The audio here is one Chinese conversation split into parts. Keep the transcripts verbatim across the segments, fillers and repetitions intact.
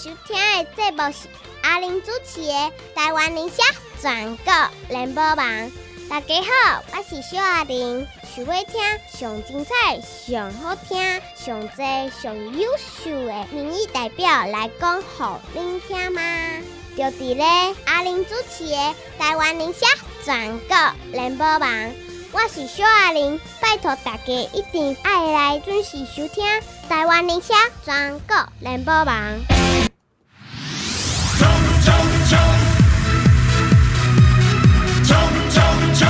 收听的节目是阿玲主持的《台湾理想全国联播网》。大家好，我是小阿玲。想要听上精彩、上好听、上多、上优秀的民意代表来讲给您听吗？就伫咧阿玲主持的《台湾理想全国联播网》。我是小阿玲，拜托大家一定爱来准时收听台湾理想全国联播网。冲冲冲！冲冲冲！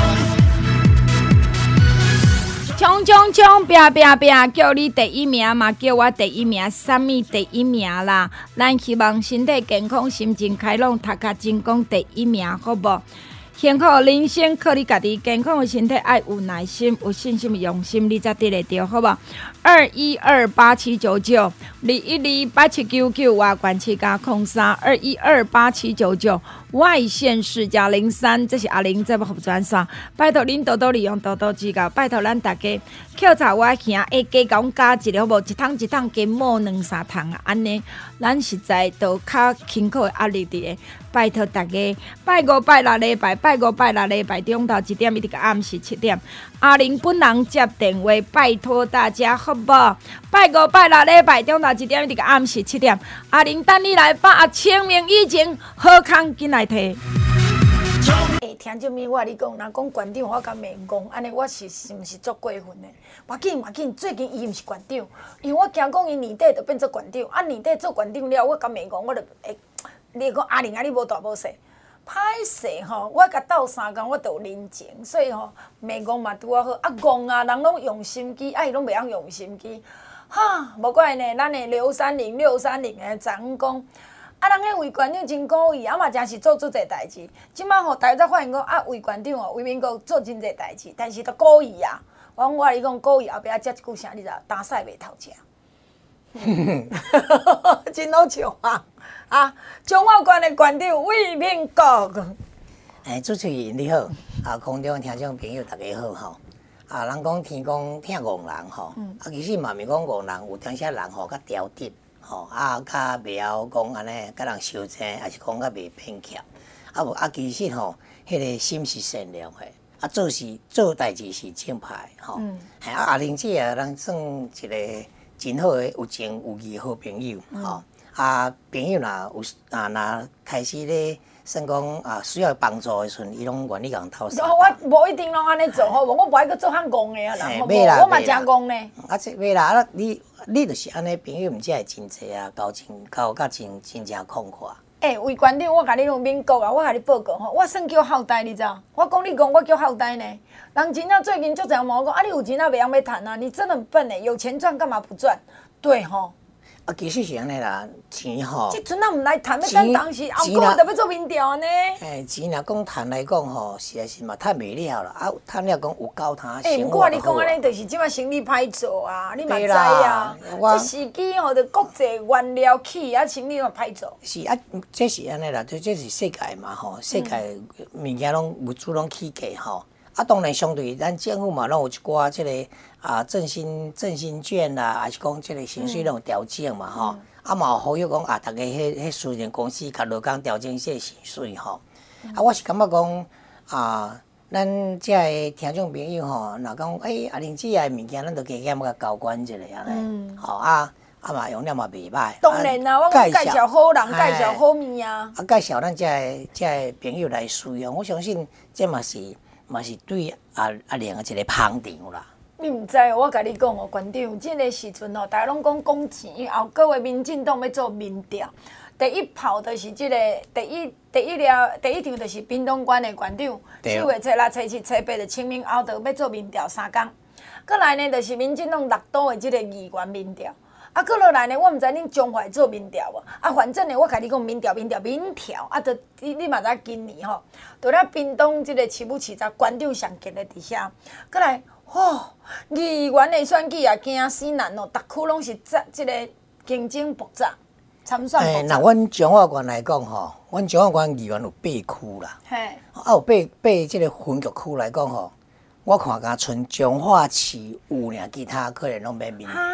冲冲冲！拼拼拼！叫你第一名嘛，叫我第一名，啥物第一名啦？咱希望身体健康，心情开朗，读甲精工第一名，好无？幸福人生靠你家己，健康的身体爱有耐心、有信心、用心，你才得得到，好不？二一二八七九九，二一二八七九九，外关七加空三，二一二八七九九，外县市加零三，这是阿玲节目服专线，拜托恁多多利用，多多指教，拜托咱大家扣查我兄，下加甲阮加一个好无？一桶一桶加抹两三桶啊，安尼咱实在都较辛苦的压力伫个。拜托大家，拜五拜六礼拜，拜五拜六礼拜中昼一点一直到暗时七点，阿玲本人接电话，拜托大家好不好？拜五拜六礼拜中昼一点一直到暗时七点，阿玲等你来把清明疫情好康紧来摕。 诶，听这面我跟你讲，若讲馆长我甲骂讲，安尼我是是毋是足过分的？无要紧，无要紧，最近伊毋是馆长，因为我惊讲伊年底就变做馆长，啊年底做馆长了，我甲骂讲，我就会。你讲阿玲啊，你无大无小，歹势吼！我甲斗三工，我就有人情，所以吼，骂讲嘛拄啊好。啊戆啊，人拢用心机，啊伊拢袂晓用心机，哈！无怪呢，咱的刘三零六三零的长讲，啊人迄位馆长真故意，啊嘛真是做足侪代志。即摆吼，大家才发现讲啊，位馆长哦，为民国做真侪代志，但是都故意啊。我讲我甲你讲故意，后壁接一句啥，你知？打屎袂透食。真好笑啊！啊，中华馆的馆长魏明国。 诶，主持人你好，啊，空中听众朋友大家好吼。啊，人讲天公疼戆人吼，嗯、啊，其实嘛咪讲戆人，有当些人吼较刁滴，吼啊，较袂晓讲安尼，甲人相争，还是讲较袂偏巧。啊无啊，其实吼，迄、那个心是善良的，啊，做事做代志是正派吼。嗯。啊，阿玲姐啊，人算一个。真好诶，有情有义好朋友，吼、嗯、啊！朋友若有啊，若开始咧，算讲啊，需要帮助诶时阵，伊拢愿意共偷手。 我无一定拢安尼做，好无？我无爱去做较戆诶啊，人，我我嘛真戆呢。 啊，这袂啦，啊，你你就是安尼，朋友毋才会真济啊，交情交甲真真正慷慨。 诶、欸，魏馆长，我甲你用民国啊，我甲你报告吼，我算叫孝呆，你知道？我讲你讲，我叫孝呆呢。人真正最近就这样问我讲，啊，你有钱啊，袂晓要趁啊？你真的很笨呢，有钱赚干嘛不赚？对吼。 啊，其实是安尼啦，钱吼。 即阵啊，毋来趁，要等当时后个就要做民调呢。 诶，钱若讲趁来讲吼，实在是嘛趁袂了啦。啊，趁了讲有够通诶， 生活就好啊。诶，毋过你讲安尼，就是即摆生意歹做啊，你嘛知啊。这时机吼，就国际原料起啊，生意嘛歹做。 是啊，这是安尼啦，这这是世界嘛吼，世界物件拢物资拢起价吼。啊，当然相对咱政府嘛，拢有一寡即、这个啊振兴振兴券啦，还是讲即个薪水拢有调整嘛吼。嗯、啊嘛有呼吁讲啊，逐个迄迄私人公司甲劳工调整即个薪水吼。嗯、啊，我是感觉讲啊，咱遮个听众朋友吼，若讲诶阿玲姐诶物件，咱都加减甲交关一下安尼。吼、嗯、啊啊嘛用了嘛袂歹。 当然啦，我讲介绍好人，介绍好物啊。 啊，介绍咱遮个遮个朋友来使用，我相信这嘛是。嘛是对阿阿玲的一个捧场啦。 你毋知我甲你讲哦，馆长，即个时阵哦，大家拢讲讲钱，后个月民进党要做民调，第一炮就是即、这个第一第一了第一场就是屏东县的馆长，四月初六、初七、初八的清明后头要做民调三工，过来呢就是民进党六都的即个议员民调。啊，过落来呢，我毋知恁中华做民调无？啊，反正呢，我甲你讲民调、民调、民调，啊，就你你嘛知今年吼，除了屏东即个市府市长馆长上级的伫遐，过来，吼，议员的选举也惊死人哦，逐区拢是这即个竞争复杂，参选复杂。 诶，那阮彰化县来讲吼，阮彰化县议员有八区啦，嘿，啊有八八即个分局区来讲吼。我看敢剩彰化市有尔，其他可能拢免民调。 啊，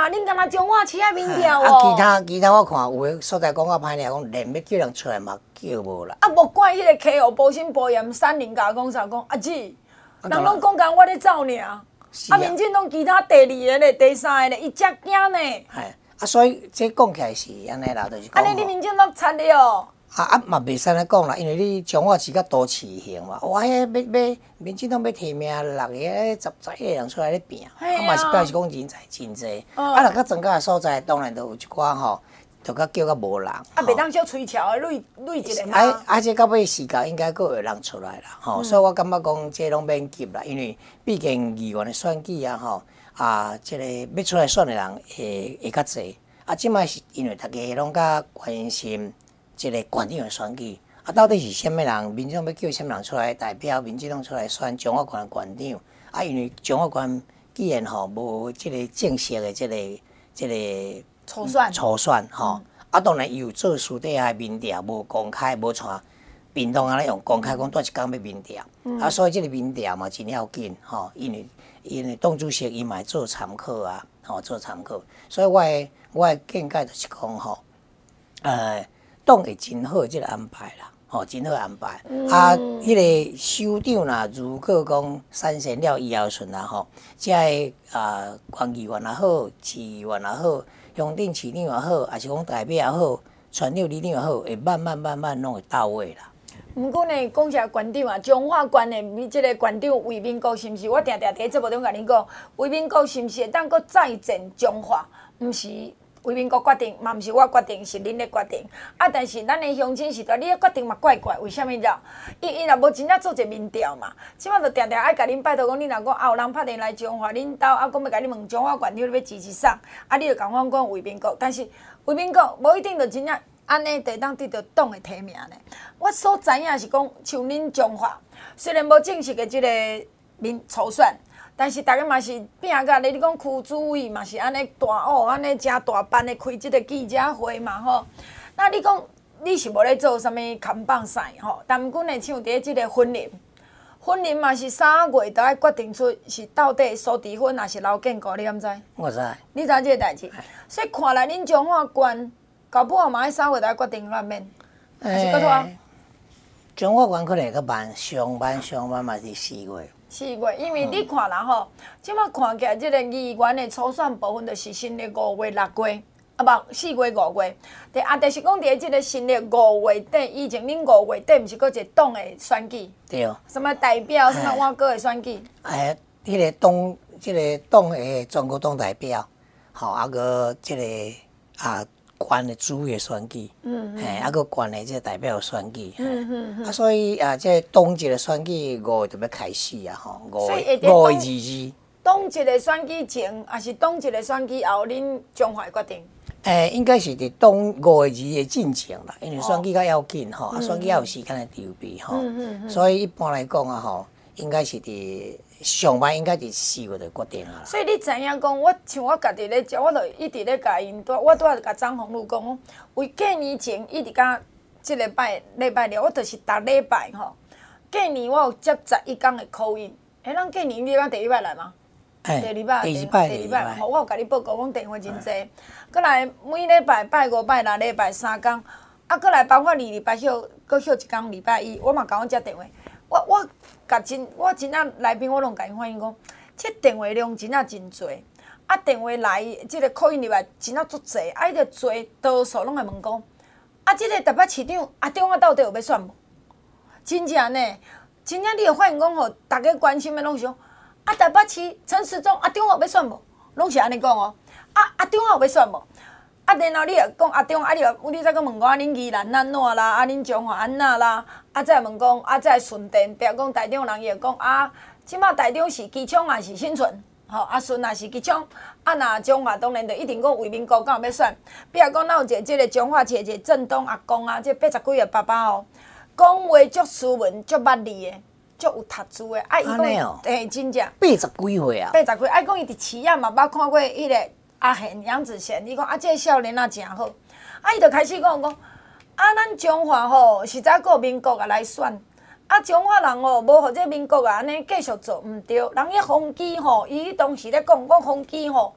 啦，恁敢若中华市啊民调啊， 哦。 其他其他我看有诶所在讲较歹听，讲连要叫人出来嘛叫无啦。 啊，无怪迄个溪湖保心保盐三林甲讲啥讲，阿姊，人拢讲讲我咧走尔，啊，民进党其他第二个咧、第三个咧，伊才惊呢。 哎，啊，所以这讲起来是安尼啦，就是讲。 安尼你民进党惨了。 啊啊嘛袂使安尼讲啦，因为你彰化市较都市型嘛，哇，迄要要民进党要提名六个、十十个人出来咧拼，啊嘛是表示讲人才真济。啊，若较增加诶所在，当然就有一寡吼，就较叫较无人。啊， 袂当小吹潮诶，累累一个嘛。 啊啊，这到尾时间应该佫有人出来啦，吼，所以我感觉讲这拢免急啦，因为毕竟议员诶选举啊，吼啊，即个要出来选诶人会会较济。啊，即摆是因为大家拢较关心。即个县长的选举，啊，到底是啥物人？民进党要叫啥物人出来代表民进党出来选彰化县的县长？啊，因为彰化县既然吼无即个正式的即、这个即、这个初选初选吼，嗯、啊，当然伊有做私底下民调，无公开，无像民党安尼用公开讲多一工要民调，嗯、啊，所以即个民调嘛真要紧吼，因为因为党主席伊嘛做参考啊，吼做参考，所以我的我的见解就是讲吼，呃。党会真好即个安排啦，吼，真好安排。嗯、啊，迄、那个首长啦，如果讲产生了以后顺啦吼，即个啊，县议员也好，市议员也好，乡镇市长也好，还是讲代表也好，村长、里长也好，会慢慢慢慢拢会到位啦。 毋过呢，讲一下县长啊，彰化县的即个县长魏明国是毋是？我定定伫节目中甲恁讲，魏明国是毋是会当阁再战彰化？毋是。为民国决定，嘛毋是我决定，是恁咧决定。啊，但是咱的乡亲时代，你咧决定嘛怪怪，为虾米了？伊伊若无真正做一个民调嘛，即摆就定定爱甲恁拜托讲，恁若讲啊有人拍电来彰化，恁兜啊讲要甲恁问彰化县长你要支持啥？啊，你就共阮讲为民国，但是为民国无一定就真正安尼会当得到党的提名呢。我所知影是讲，像恁彰化，虽然无正式的即个民初选。但是大家嘛是拼甲咧，你讲区主委嘛是安尼大哦，安尼真大办的开即个记者会嘛吼。那你讲你是无咧做啥物扛棒赛吼？但毋过呢，像伫即个婚礼，婚礼嘛是三月都爱决定出是到底苏迪婚还是刘建国，你敢知？ 我知。 你知即个代志？所以看来恁彰化县搞不好嘛，爱三月都爱决定难免，还是搁拖？ 彰化县可能较慢，上班上班嘛是四月。 四月，因为你看啦吼，即摆看起来，即个议员的初选部分就是新历五月、六月，啊无四月、五月。但啊，但是讲伫即个新历五月底以前，恁五月底毋是搁一个党的选举？ 对。 什么代表？什么外国的选举？ 哎，迄个党，即个党的全国党代表，吼，啊个即个啊。县的主委选举，嗯嘿，啊个县的即个代表选举，嗯嗯嗯，啊所以啊，即个党一个选举五月就要开始啊，吼，五月五月二日。 党一个选举前，还是党一个选举后，恁彰化决定？ 诶，应该是伫党五月二日的进前啦，因为选举较要紧吼，啊选举也有时间来筹备吼，所以一般来讲啊吼，应该是伫。上班应该是四月就决定啊。 所以你知影讲，我像我家己咧食，我就一直咧甲因，我拄仔就甲张宏路讲，为过年前一直甲即礼拜礼拜六，我就是逐礼拜吼。过年我有接十一天的考验，诶，咱过年你讲第一摆来吗？第二摆， 第二摆， 第二摆，吼，我有甲你报告，讲电话真济。过来每礼拜拜五、拜六、礼拜三天，啊，过来包括二礼拜休，搁休一天礼拜一，我嘛甲阮接电话。我我甲真，我真正来宾我拢甲因反映讲，即电话量真正真侪，啊电话来，即个考验入来真正足侪，啊伊着侪多数拢会问讲，啊即个台北市长阿中啊到底有要选无？真正呢，真正你会发现讲吼，大家关心的拢是讲，啊台北市陈时中阿中有要选无？拢是安尼讲哦，啊阿中有要选无？啊，然后你又讲阿中，啊，你又你再讲问我，啊，恁宜兰安怎啦？啊，恁彰化安怎啦？啊，再问讲，啊，再顺便，比如讲台中人伊会讲啊，即马台中是机场还是新村？吼，啊，顺也是机场，啊，若彰化当然就一定讲为民国敢有要选。比如讲，咱有一个即个彰化市一个正东阿公啊，即八十几个爸爸哦，讲话足斯文、足捌字的、足有读书的。啊，伊讲，嘿，真正八十几岁啊！ 八十几，啊，讲伊伫市啊嘛，捌看过迄个。阿贤、杨子贤，伊讲啊，即个少年啊真好，啊，伊就开始讲讲，啊，咱彰化吼是早个民国啊来选，啊，彰化人吼无互这民国啊安尼继续做毋对，人迄风纪吼，伊当时咧讲讲风纪吼，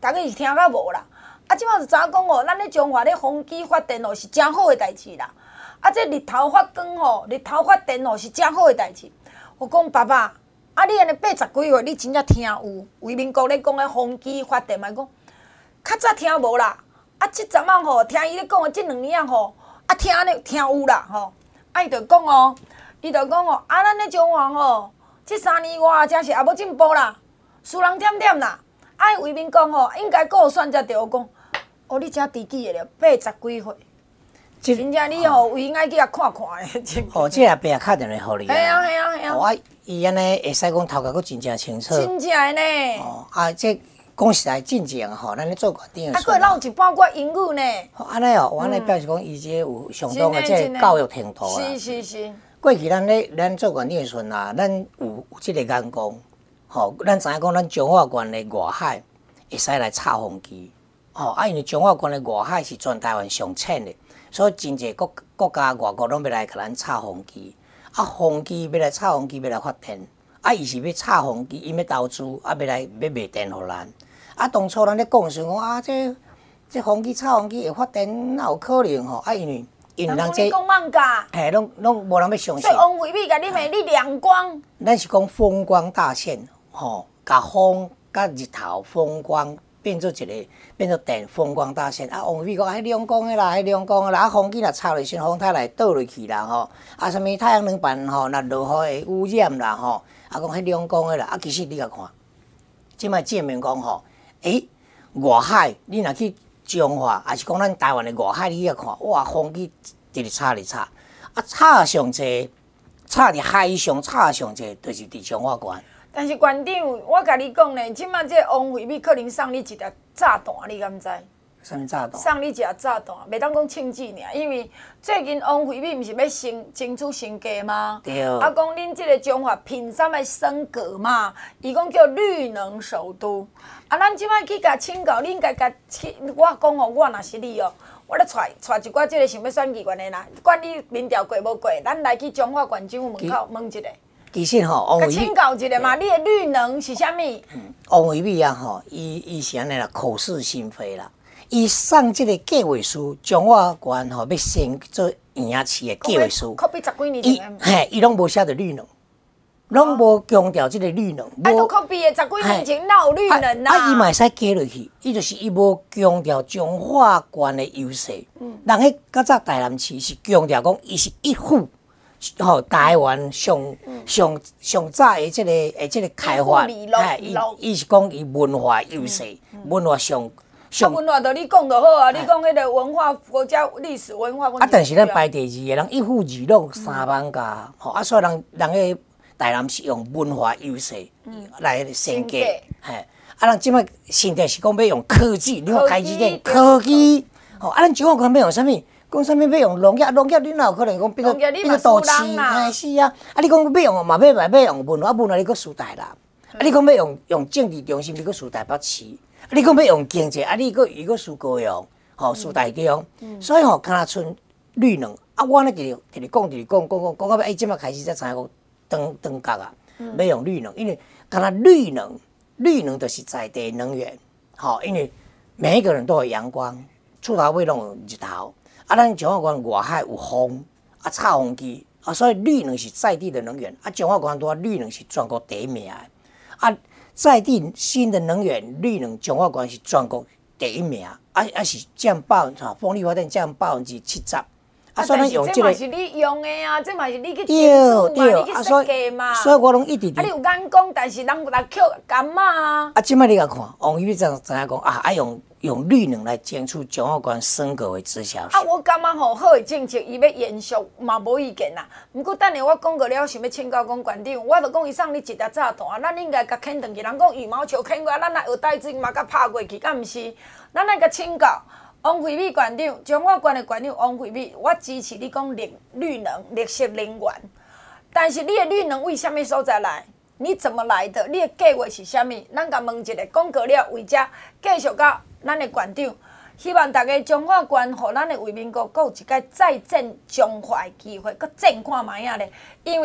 大家是听甲无啦。啊，即摆就知影讲哦，咱咧中华咧风机发电哦是真好诶代志啦。啊，这日头发光吼，日头发电哦是真好诶代志。我讲爸爸，啊你安尼八十几岁，你真正听有？为民国咧讲诶风机发电嘛讲，较早听无啦。啊，即阵仔吼，听伊咧讲诶，即两年啊吼，啊听咧听有啦吼。啊伊就讲哦，伊就讲哦，啊咱咧中华吼，即三年外真是也无进步啦，输人点点啦。啊，为民讲吼，应该够算才对。我讲，哦，你真知记诶了，八十几岁，真正你吼有应该去遐看看诶。 哦，即个爸敲电话互你啊。 系啊系啊系啊。 我伊安尼会使讲头壳佫真正清楚。 真正诶呢。 哦，啊，即讲实在真正吼，咱咧做馆长诶。 啊，佫会唠一半寡英语呢。 哦，安尼哦，我安尼表示讲，伊即有相当诶即教育程度啦。 是是是。 过去咱咧咱做馆长诶时阵啊，咱有有即个眼光，吼，咱知影讲咱中华县诶外海会使来插风机，吼，啊，因为中华县诶外海是全台湾上浅诶，所以真侪国国家外国拢要来甲咱插风机，啊，风机要来插风机要来发电，啊，伊是要插风机，伊要投资，啊，要来要卖电互咱，啊，当初咱咧讲时讲啊，这这风机插风机会发电，哪有可能吼？啊，因为。因为人这讲妄假， 嘿，拢拢无人要相信。 所以王惠美甲你骂你亮光。 咱是讲风光大现，吼，甲风甲日头风光变做一个变做电风光大现。啊，王惠美讲，迄亮光的啦，迄亮光的啦，啊，风机若插落去，风台来倒落去啦，吼，啊，啥物太阳能板吼，若落雨会污染啦，吼，啊，讲迄亮光的啦，啊，其实你甲看，即摆证明讲吼，诶，外海你若去。中华，也是讲咱台湾的外海，你遐看，哇，风机直直插直插，啊，插上济，插伫海上，插上济，就是伫中华县。 但是馆长，我甲你讲咧，即摆这王惠美可能送你一粒炸弹，你敢知？ 啥物炸弹？ 送你一粒炸弹，袂当讲庆祝尔，因为最近王惠美毋是要升争取升价吗？ 对。 啊，讲恁即个中华凭啥要升格嘛？伊讲叫绿能首都。啊，咱即摆去甲请教，你应该甲请我讲吼，我若是你哦，我咧带带一寡即个想要选议员的人，管你民调过无过，咱来去中华县政府门口问一下。 其实吼，王惠美请教一下嘛，你的绿能是啥物？ 嗯，王惠美啊吼，伊伊是安尼啦，口是心非啦。伊送即个计划书，中华县吼要升做营市的计划书， 可比十几年前的。嘿，伊拢无写着绿能，拢无强调即个绿能。 啊，都可比的十几年前哪有绿能啊？ 啊，伊嘛会使加落去，伊就是伊无强调中华县的优势。嗯。人迄较早台南市是强调讲，伊是一户。吼，台湾上上上早的即个诶，即个开发，哎，伊伊是讲伊文化优势，文化上上。啊，文化就你讲就好啊，你讲迄个文化国家历史文化。 啊，但是咱排第二个人一户二弄三万家，吼啊，所以人人个台南是用文化优势来升价，嘿，啊，人即摆现在是讲要用科技，你看开机店科技，吼，啊，咱中国可要用啥物？讲啥物要用农业，农业你哪有可能讲变做变做都市？哎，是啊。啊，你讲要用嘛，要嘛要用文化，文化你搁输台南。啊，你讲要用用政治中心，你搁输台北市。啊，你讲要用经济，啊，你搁伊搁输高雄，吼，输台中。所以吼，敢若剩绿能。啊，我呢直直直讲，直直讲，讲讲讲到尾，哎，即摆开始才知影讲灯灯角啊，要用绿能，因为敢若绿能，绿能就是在地能源，吼，因为每一个人都有阳光，厝头尾拢有日头。啊，咱中华县外海有风，啊，插风机，啊，所以绿能是在地的能源。啊，中华县拄啊，绿能是全国第一名的。啊，在地新的能源，绿能中华县是全国第一名。啊，啊是占百分，吼，风力发电占百分之七十。 啊，所以咱用这个。这嘛是你用的啊，这嘛是你去对对， 你去设计嘛。 所以我拢一直。 啊，你有眼光，但是人来扣干嘛啊？ 啊，即摆你甲看，王惠美知影知影讲啊，爱用。用绿能来争取中华县升格为直辖市。 啊，我感觉吼好的政策，伊要延续嘛无意见啦。毋过等下我讲过了，想要请教讲馆长，我就讲伊送你一粒炸弹，咱应该甲牵转去。人讲羽毛球牵过来，咱来学带水嘛，甲拍过去，敢毋是？咱来甲请教王惠美馆长，中华县的馆长王惠美，我支持你讲绿绿能、绿色能源。但是你的绿能为虾米所在来？你怎么来的？你的计划是啥物？咱甲问一下。讲过了，为遮继续甲咱的馆长，希望大家中华县互咱的为民国，阁有一个再振中华的机会，阁振看卖啊咧。因为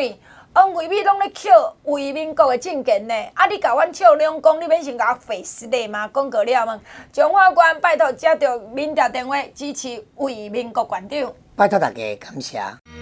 王维美拢咧扣为民国的证件呢，啊！你甲阮笑两公，你免先甲我费失礼嘛？讲过了嘛？中法官拜托接到民调电话支持为民国县长。 拜托大家感谢。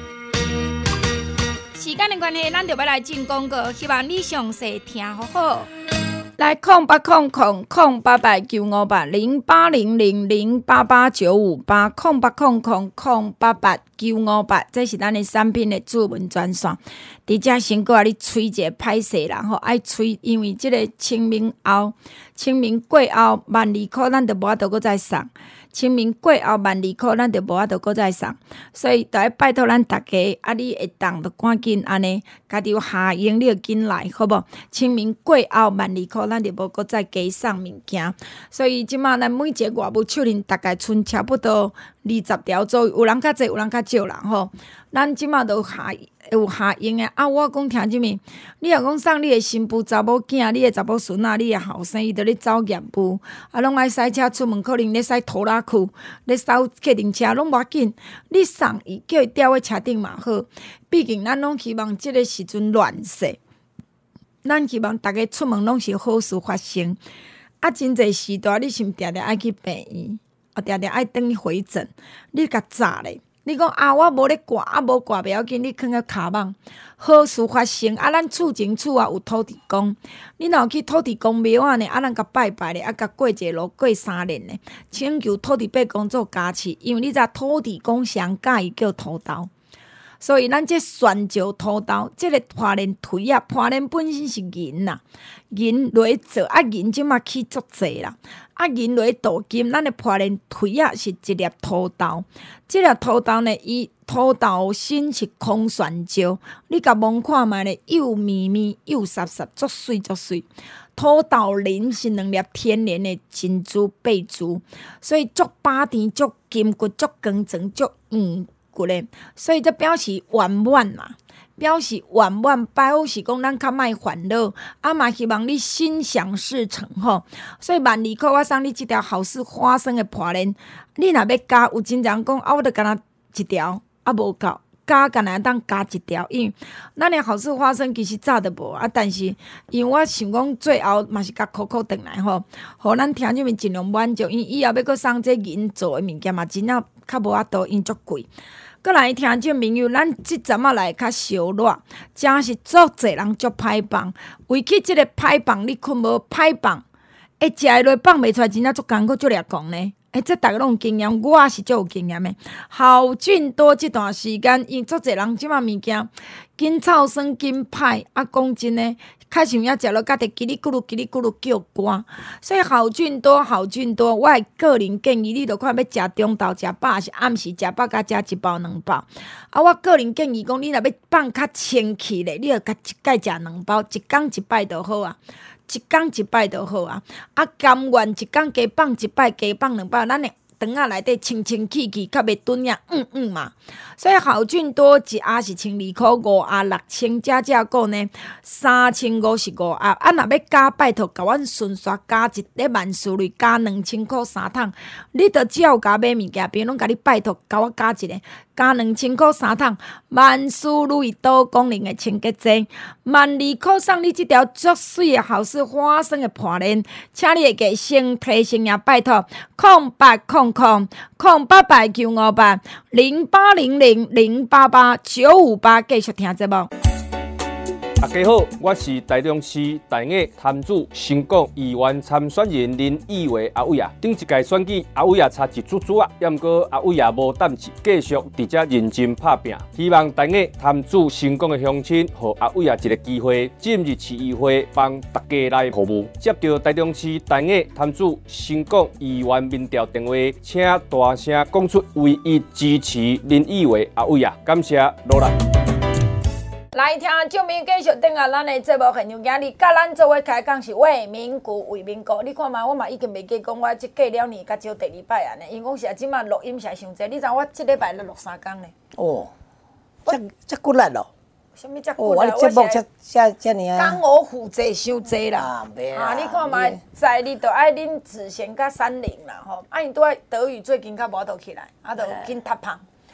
时间的关系，咱就要来进广告，希望你详细听好好。来空八空空空八八九五八零八零零零八八九五八空八空空空八八九五八，这是咱的产品的主文专线。伫遮先搁啊，你吹一个歹势啦吼，爱吹，因为即个清明后，清明过后万二箍，咱就无法度搁再送。清明过后万二箍，咱就无法度搁再送，所以就要拜托咱大家，啊，你会当就赶紧安尼，家己有下用，你就紧来，好无？清明过后万二箍，咱就无搁再加送物件。所以即马咱每一个外务手令大概剩差不多二十条左右，有人较济，有人较少啦吼。咱即马都下有下用诶。啊，我讲听即物，你若讲送你诶新妇查某囝，你诶查某孙仔，你诶后生，伊着咧走业务，啊，拢爱驶车出门，可能咧驶拖拉库，咧扫客停车，拢无要紧。你送伊，叫伊吊喺车顶嘛好。毕竟咱拢希望即个时阵乱世，咱希望逐个出门拢是好事发生。啊，真侪时代，你是毋定定爱去病院，啊，定定爱等去回诊，你甲早咧。你讲啊，我无咧挂，啊无挂袂要紧，你囥个骹网，好事发生啊！咱厝前厝啊有土地公，你若有去土地公庙啊呢，啊咱甲拜拜咧，啊甲过一个路过三年咧，请求土地伯公做加持，因为你知土地公上介意叫土豆，所以咱这选就土豆，这个花莲推啊，花莲本身是银呐，银落去做啊，银即马起足济啦。啊，银落去镀金，咱的花莲腿啊是一粒土豆，即粒土豆呢，伊土豆心是空旋石，你甲摸看觅咧，又绵绵又湿湿，足水足水。土豆磷是两粒天然的珍珠贝珠，所以足巴甜、足金骨、足光泽、足圆骨咧，所以这表示圆满嘛。表示圆满，拜好是讲咱较莫烦恼，啊嘛希望你心想事成吼。所以万二箍我送你即条好事花生的破链，你若要加，有真人讲啊，我着干若一条，啊无够，加干若当加一条，因为咱的好事花生其实早着无啊，但是因为我想讲最后嘛是甲 Coco 转来吼，互咱听这边尽量满足，因为以后要搁送这银做的物件嘛，真正较无法度，因足贵。过来听众朋友，咱即阵仔来较小热，真是足侪人足歹放。为起即个歹放，你困无歹放，会食会落放袂出来，真正足艰苦足掠讲呢。诶，这逐个拢有经验，我是足有经验的。好菌多即段时间，因足侪人即马物件紧臭酸紧歹，啊，讲真诶。较想要食落，甲得叽里咕噜叽里咕噜叫寒，所以好菌多好菌多。我的个人建议，你著看要食中昼食饱，还是暗时食饱，甲食一包两包。啊，我个人建议讲，你若要放较清气咧，你著甲一摆食两包，一工一摆就好啊，一工一摆就好啊。啊，甘愿一工加放一摆，加放两包，咱诶肠仔内底清清气气，较袂顿呀，嗯嗯嘛。所以好菌多一盒是千二箍，五盒六千，加价购呢三千五十五盒。啊，若要加，拜托甲阮顺续加一个万事类，加两千箍三桶。你着只要甲买物件，别人拢甲你拜托，甲我加一个，加两千箍三桶。万事类多功能的清洁剂，万二箍送你即条足水的好事花生的破链，请你会记先提醒也拜托，空八空空空八八九五八零八零零。零八八九五八，继续听节目。 大家好，我是台中市大雅潭子新港议员参选人林义伟阿伟啊。顶一届选举，阿伟啊差一组组啊，也毋过阿伟啊无胆志，继续伫遮认真拍拼。希望大雅潭子新港的乡亲，互阿伟啊一个机会，进入市议会帮大家来服务。接到台中市大雅潭子新港议员民调电话，请大声讲出唯一支持林义伟阿伟啊，感谢努力。 来听证明继续登下咱的节目现场，今日甲咱做伙开讲是为民国为民国。你看嘛，我嘛已经袂记讲，我即过了年，甲只有第二摆安尼。因讲是啊，即马录音是伤济，你知我即礼拜咧录三工咧。 哦，遮遮骨力咯。 什么遮骨力？哦，我节目遮遮遮尔啊。讲我负责伤济啦。 啊，袂啊，你看嘛，在你着爱啉子贤甲三零啦吼。啊，因拄仔德语最近较无倒起来，啊，着紧塌胖。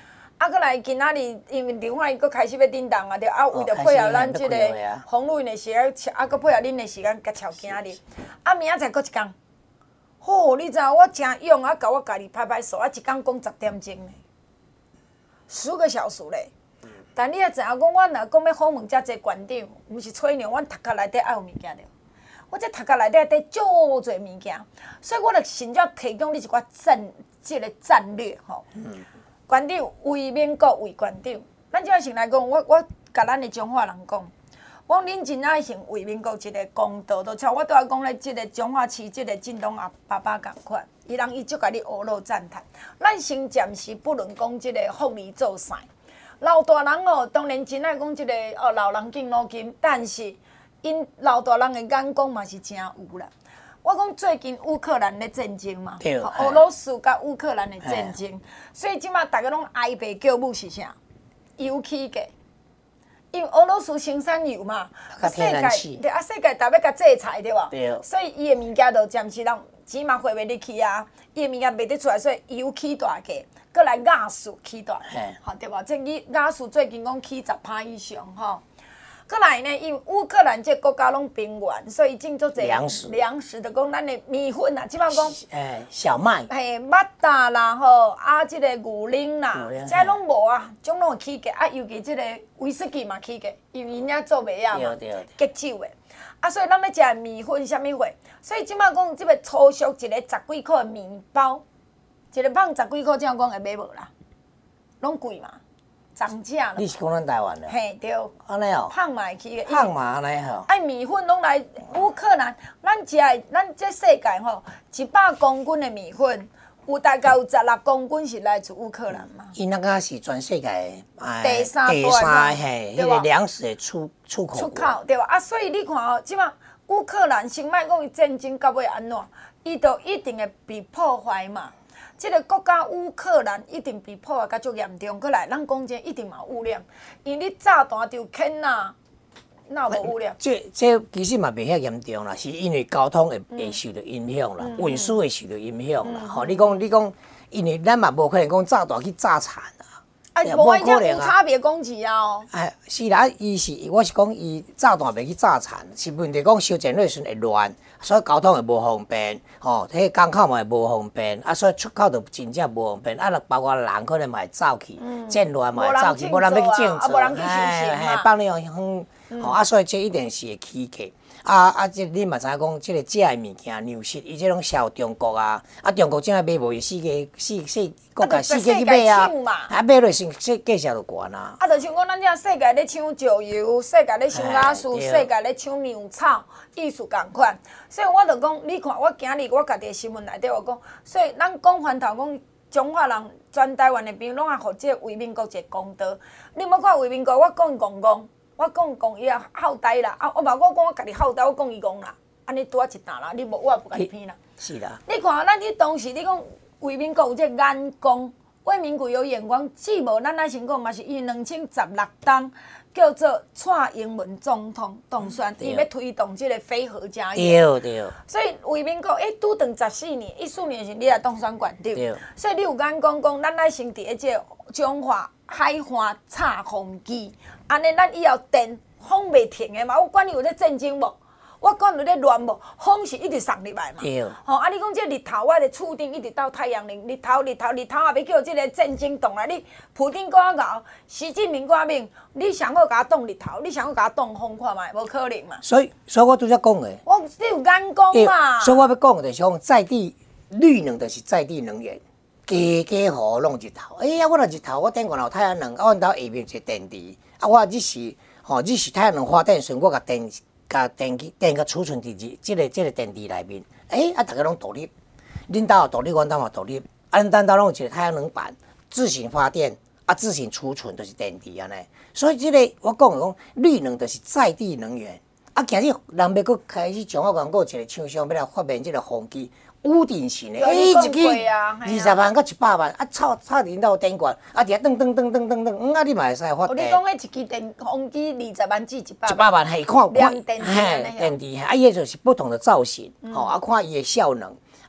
啊，搁来今仔日，因为另外伊搁开始要叮当啊，着啊，为着配合咱即个红路的时间，啊，搁配合恁的时间，甲超今仔日，啊，明仔载搁一工，吼，你知影我真勇啊，甲我家己拍拍手，啊，一工讲十点钟呢，十个小时咧。但你也知影讲，我若讲要访问遮济馆长，毋是吹牛，阮头壳内底爱有物件着。我这头壳内底底足侪物件，所以我着甚至提供你一寡战，即个战略吼。嗯馆长为民国为馆长，咱即摆先来讲，我我甲咱的中华人讲，我讲恁真爱行为民国一个公道，就像我拄仔讲咧，即个中华市即个振东阿爸爸共款，伊人伊足甲你学老赞叹。咱先暂时不论讲即个福利做啥，老大人哦，当然真爱讲即个哦老人敬老金，但是因老大人的眼光嘛是真有啦。我讲最近乌克兰咧战争嘛，俄罗斯甲乌克兰的战争，所以即马大家拢哀爸叫母是啥？油起价，因为俄罗斯生产油嘛， 啊世界对啊世界逐要甲制裁对无？ 对。 所以伊的物件就暂时人钱嘛花袂入去啊，伊的物件卖得出来，所以油起大价，搁来亚素起大价，吼对无？即伊亚素最近讲起十趴以上吼。过来呢，因为乌克兰这国家拢平原，所以种足侪粮食， 粮食就讲咱的米粉啊，即摆讲， 诶，小麦， 嘿，麦达啦吼，啊，即个牛奶啦，这拢无啊，种拢会起价啊，尤其即个威士忌嘛起价，因为因遐做袂啊嘛，结酒的，啊，所以咱要食米粉啥物货，所以即摆讲即个粗俗一个十几块的面包，一个胖十几块，这样讲会买无啦，拢贵嘛。涨价了。 你是讲咱台湾的？ 嘿，对。 安尼哦。 胖嘛会起个。 胖嘛安尼吼。 哎，米粉拢来乌克兰，咱食的，咱这世界吼，一百公斤的米粉，有大概有十六公斤是来自乌克兰嘛。 伊那个是全世界第三第三嘿，迄个粮食的出出口。 出口对吧？啊，所以你看哦，即马乌克兰先莫讲伊战争到尾安怎，伊就一定会被破坏嘛。即个国家乌克兰一定被破坏甲足严重，过来咱讲这一定嘛有污染，因为你炸弹就肯呐，哪有无污染？ 这这其实嘛袂遐严重啦，是因为交通会会受到影响啦，运输会受到影响啦。吼，你讲你讲，因为咱嘛无可能讲炸弹去炸残啦。 啊，无可能有差别攻击啊！哦， 哎，是啦，伊是我是讲伊炸弹袂去炸残，是问题讲烧钱那时会乱，所以交通会无方便，吼，迄港口嘛会无方便，啊，所以出口就真正无方便，啊，包括人可能嘛会走去，战乱嘛会走去，无人要去种植， 哎哎，放你乡，吼，啊，所以这一定是会起价。啊啊！即你嘛知影讲，即个食的物件、粮食，伊即种销中国啊，啊中国怎啊买无？世界世世国家世界去买啊，啊买落先说价钱就悬啊。 啊，就像讲咱遮世界咧抢石油，世界咧抢雅素，世界咧抢牛草，意思共款。所以我就讲，你看我今日我家己的新闻内底我讲，所以咱讲翻头讲，中华人全台湾的朋友拢爱互即个为民国一个公道。你莫看为民国，我讲讲讲。我讲讲伊啊好呆啦，啊我嘛我讲我家己好呆，我讲伊讲啦，安尼拄啊一担啦，你无我也不甲你骗啦。 是啦。 你看咱迄当时你讲为民国有这眼光，为民国有眼光，既无咱来先讲嘛是伊两千十六当叫做蔡英文总统当选，伊要推动即个非核家园。 对对。 所以为民国诶拄等十四年，一四年是你来当选馆长，所以你有眼光讲，咱来先伫即个中华海岸插风机。安尼，咱以后电风袂停的嘛，我管你有咧战争无，我管有咧乱无，风是一直送入来嘛。 对。 吼，啊，你讲这日头，我的厝顶一直到太阳能，日头日头日头也要叫这个战争动来，你普丁搁较搞，习近平搁较猛，你上好甲我挡日头，你上好甲我挡风，看卖无可能嘛。 所以，所以我拄则讲的。 我你有眼光嘛。 所以我要讲的就是讲，在地绿能就是在地能源。家家户户拢日头，哎呀，我若日头，我顶悬有太阳能，啊，阮兜下面一个电池，啊，我日时吼日时太阳能发电时，我甲电甲电机电甲储存伫即即个即个电池内面，哎，啊，大家拢独立，恁兜有独立，阮兜嘛独立，啊，咱兜拢有一个太阳能板，自行发电，啊，自行储存就是电池安尼，所以即个我讲的讲绿能就是在地能源，啊，今日人要搁开始中华广告一个厂商要来发明即个风机。屋顶型的，哎，一支二十万到一百万，啊，插插电到电管，啊，伫遐噔噔噔噔噔噔，嗯，啊，你嘛会使发电。 你讲迄一支电风机二十万至一百万。 一百万，嘿，看看， 嘿， 电池，啊，伊个就是不同的造型，吼，啊，看伊的效能，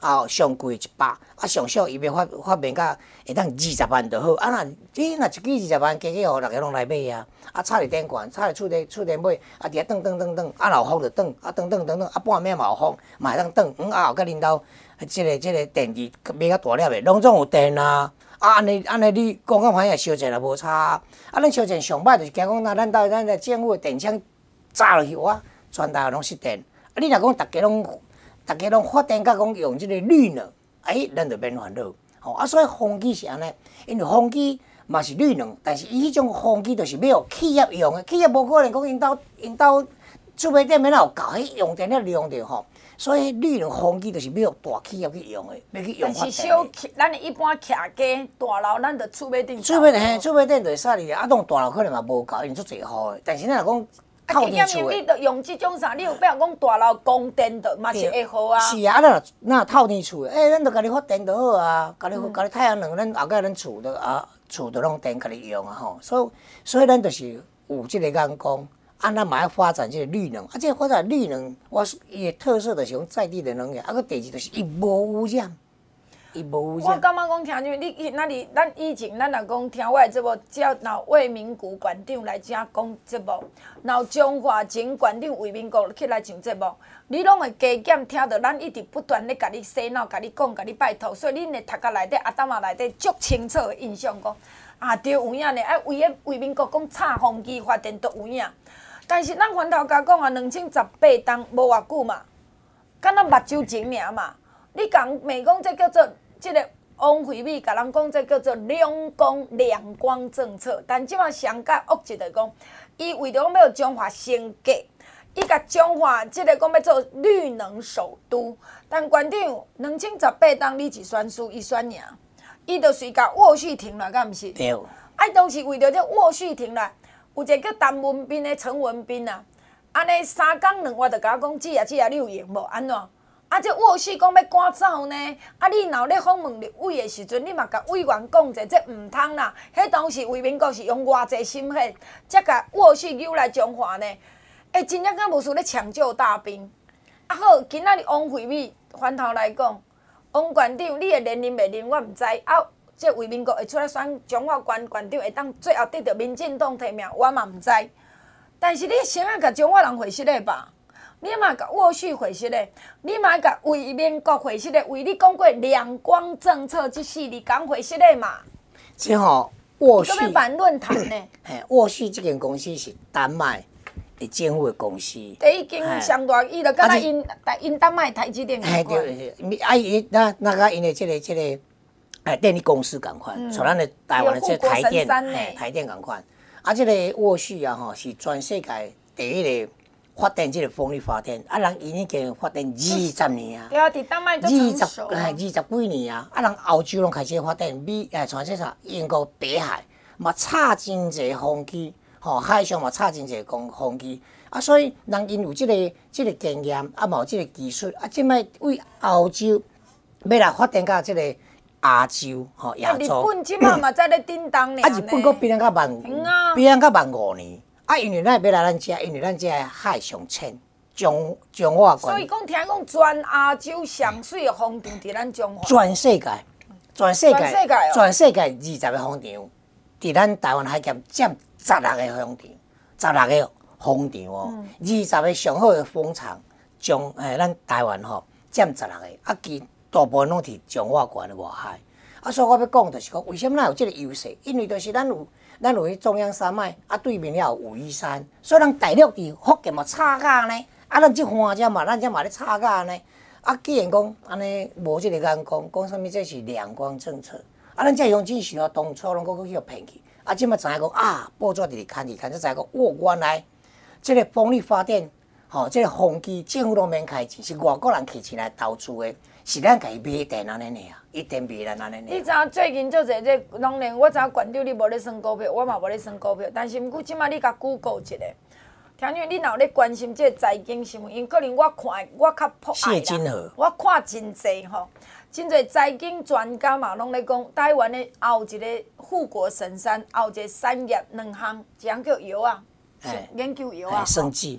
啊，上贵一百，啊，上少伊要发发明到会当二十万就好。啊，若你若一支二十万，加起互大家拢来买啊。啊，插伫电管，插伫厝内厝内买，啊，伫遐转转转转，啊，若有风就转，啊，转转转转，啊，半暝嘛有风，嘛会当转。嗯，啊后甲恁兜，即个即个电池买较大粒的，拢总有电啊。啊，安尼安尼，你讲到反正烧钱也无差。啊，咱烧钱上歹就是惊讲，那咱兜咱的政府的电厂炸落去，哇，全台拢失电。啊，你若讲大家拢大家拢发电，甲讲用即个绿能，哎，咱就免烦恼。吼，啊，所以风机是安尼，因为风机嘛是绿能，但是伊迄种风机就是要有企业用的，企业无可能讲因兜因兜厝内底免有够迄用电了量着吼。所以绿能风机就是要大企业去用的，要去用发电。但是小，咱一般徛家大楼，咱就厝尾顶。 厝尾嘿，厝尾顶就是啥哩啊，当大楼可能嘛无够，因为足侪户的。但是咱若讲透天厝的， 你着用即种啥？你有比如讲大楼供电的嘛是会好啊。 是啊，啊咱若透天厝的，诶，咱着家己发电就好啊，家己家己太阳能，咱后盖咱厝着啊，厝着拢电家己用啊吼。所以所以咱就是有即个眼光。啊，咱嘛要发展即个绿能，啊，即个发展绿能，我伊的特色就是讲在地的能源，啊，个第二就是伊无污染，伊无污染。 我感觉讲听像你那里，咱以前咱若讲听我的节目，只要拿魏明谷馆长来遮讲节目，然后中华前馆长魏明谷起来上节目，你拢会加减听到咱一直不断咧甲你洗脑、甲你讲、甲你拜托，所以恁的头壳内底、阿达嘛内底足清楚的印象讲，啊，对有影呢，啊，为个魏明谷讲插风机发电都有影。但是咱翻头家讲啊，两千十八当无偌久嘛，敢若目睭前尔嘛。你讲美讲这叫做这个王惠美，甲人讲这叫做两光两光政策。但即马上甲恶一个讲，伊为着讲要中华升格，伊甲中华即个讲要做绿能首都。但馆长两千十八当你是选输，伊选赢，伊就随甲沃旭停了，敢毋是？ 对。 啊，当时为着这沃旭停了。有一个叫陈文彬的陈文彬啊，安尼三工两话就甲我讲，姐啊姐啊，你有闲无？安怎？啊，这沃旭讲要赶走呢？啊，你若咧访问立委的时阵，你嘛甲委员讲者，这毋通啦。迄当时魏明谷是用偌济心血，才甲沃旭扭来中华呢？哎，真正敢无事咧抢救大兵。啊好，今仔日王惠美翻头来讲，王馆长，你的连任袂连我毋知啊。这魏明谷会出来选中华县县长，会当最后得到民进党提名，我嘛毋知。但是你先啊，甲中华人回失咧吧，你嘛甲沃旭回失咧，你嘛甲魏明谷回失咧，为你讲过两光政策这四字讲回失咧嘛。 即吼沃旭， 你要办论坛呢？ 嘿，沃旭这间公司是丹麦的政府的公司。 第一间上大，伊就敢若因因丹麦台积电共款。 对对，啊伊那那个因的这个这个。哎，电力公司共款，像咱的台湾的这台电，哎，台电共款。啊，这个沃旭啊，吼是全世界第一个发电这个风力发电，啊，人因已经发电二十年啊。 对啊，伫丹麦都成熟。 二十，哎，二十几年啊，啊，人欧洲拢开始发电，美哎，全世界英国北海嘛插真侪风机，吼，海上嘛插真侪风风机，啊，所以人因有这个这个经验，啊，嘛有这个技术，啊，即摆为欧洲要来发电到这个。亚洲吼，亚洲。 日本即马嘛在咧叮当呢。 啊，日本佫比咱较慢，比咱较慢五年。啊，因为咱要来咱遮，因为咱遮海上浅，中中华县。 所以讲，听讲全亚洲上水的风场伫咱中华。 全世界，全世界， 全世界哦， 全世界二十个风场，伫咱台湾海峡占十六个风场，十六个风场哦，二十个上好的风场，中诶，咱台湾吼占十六个，啊，其大部分拢伫中华县的外海。啊，所以我要讲就是讲，为什么咱有这个优势？因为就是咱有咱有迄中央山脉，啊对面了有武夷山，所以咱大陆伫福建嘛插架呢，啊咱即花遮嘛，咱遮嘛咧插架呢。啊，既然讲安尼无即个眼光，讲啥物这是两光政策，啊咱遮乡亲想当初拢搁去互骗去，啊即马知影讲啊，报纸伫咧看伫看，才知影讲，哇，原来即个风力发电，吼、哦，即、這个风机政府拢免开钱，是外国人起钱来投资的。是咱家己买电安尼尔啊，一定买咱安尼尔。 你知影最近做者这拢连我知影馆长你无咧算股票，我嘛无咧算股票，但是毋过即摆你甲 Google 一下，听讲你若有咧关心这财经新闻，因可能我看我较迫爱啦，我看真济吼，真济财经专家嘛拢咧讲，台湾咧有一个护国神山，有一个产业两项，一项叫药啊，研究药啊， 生技。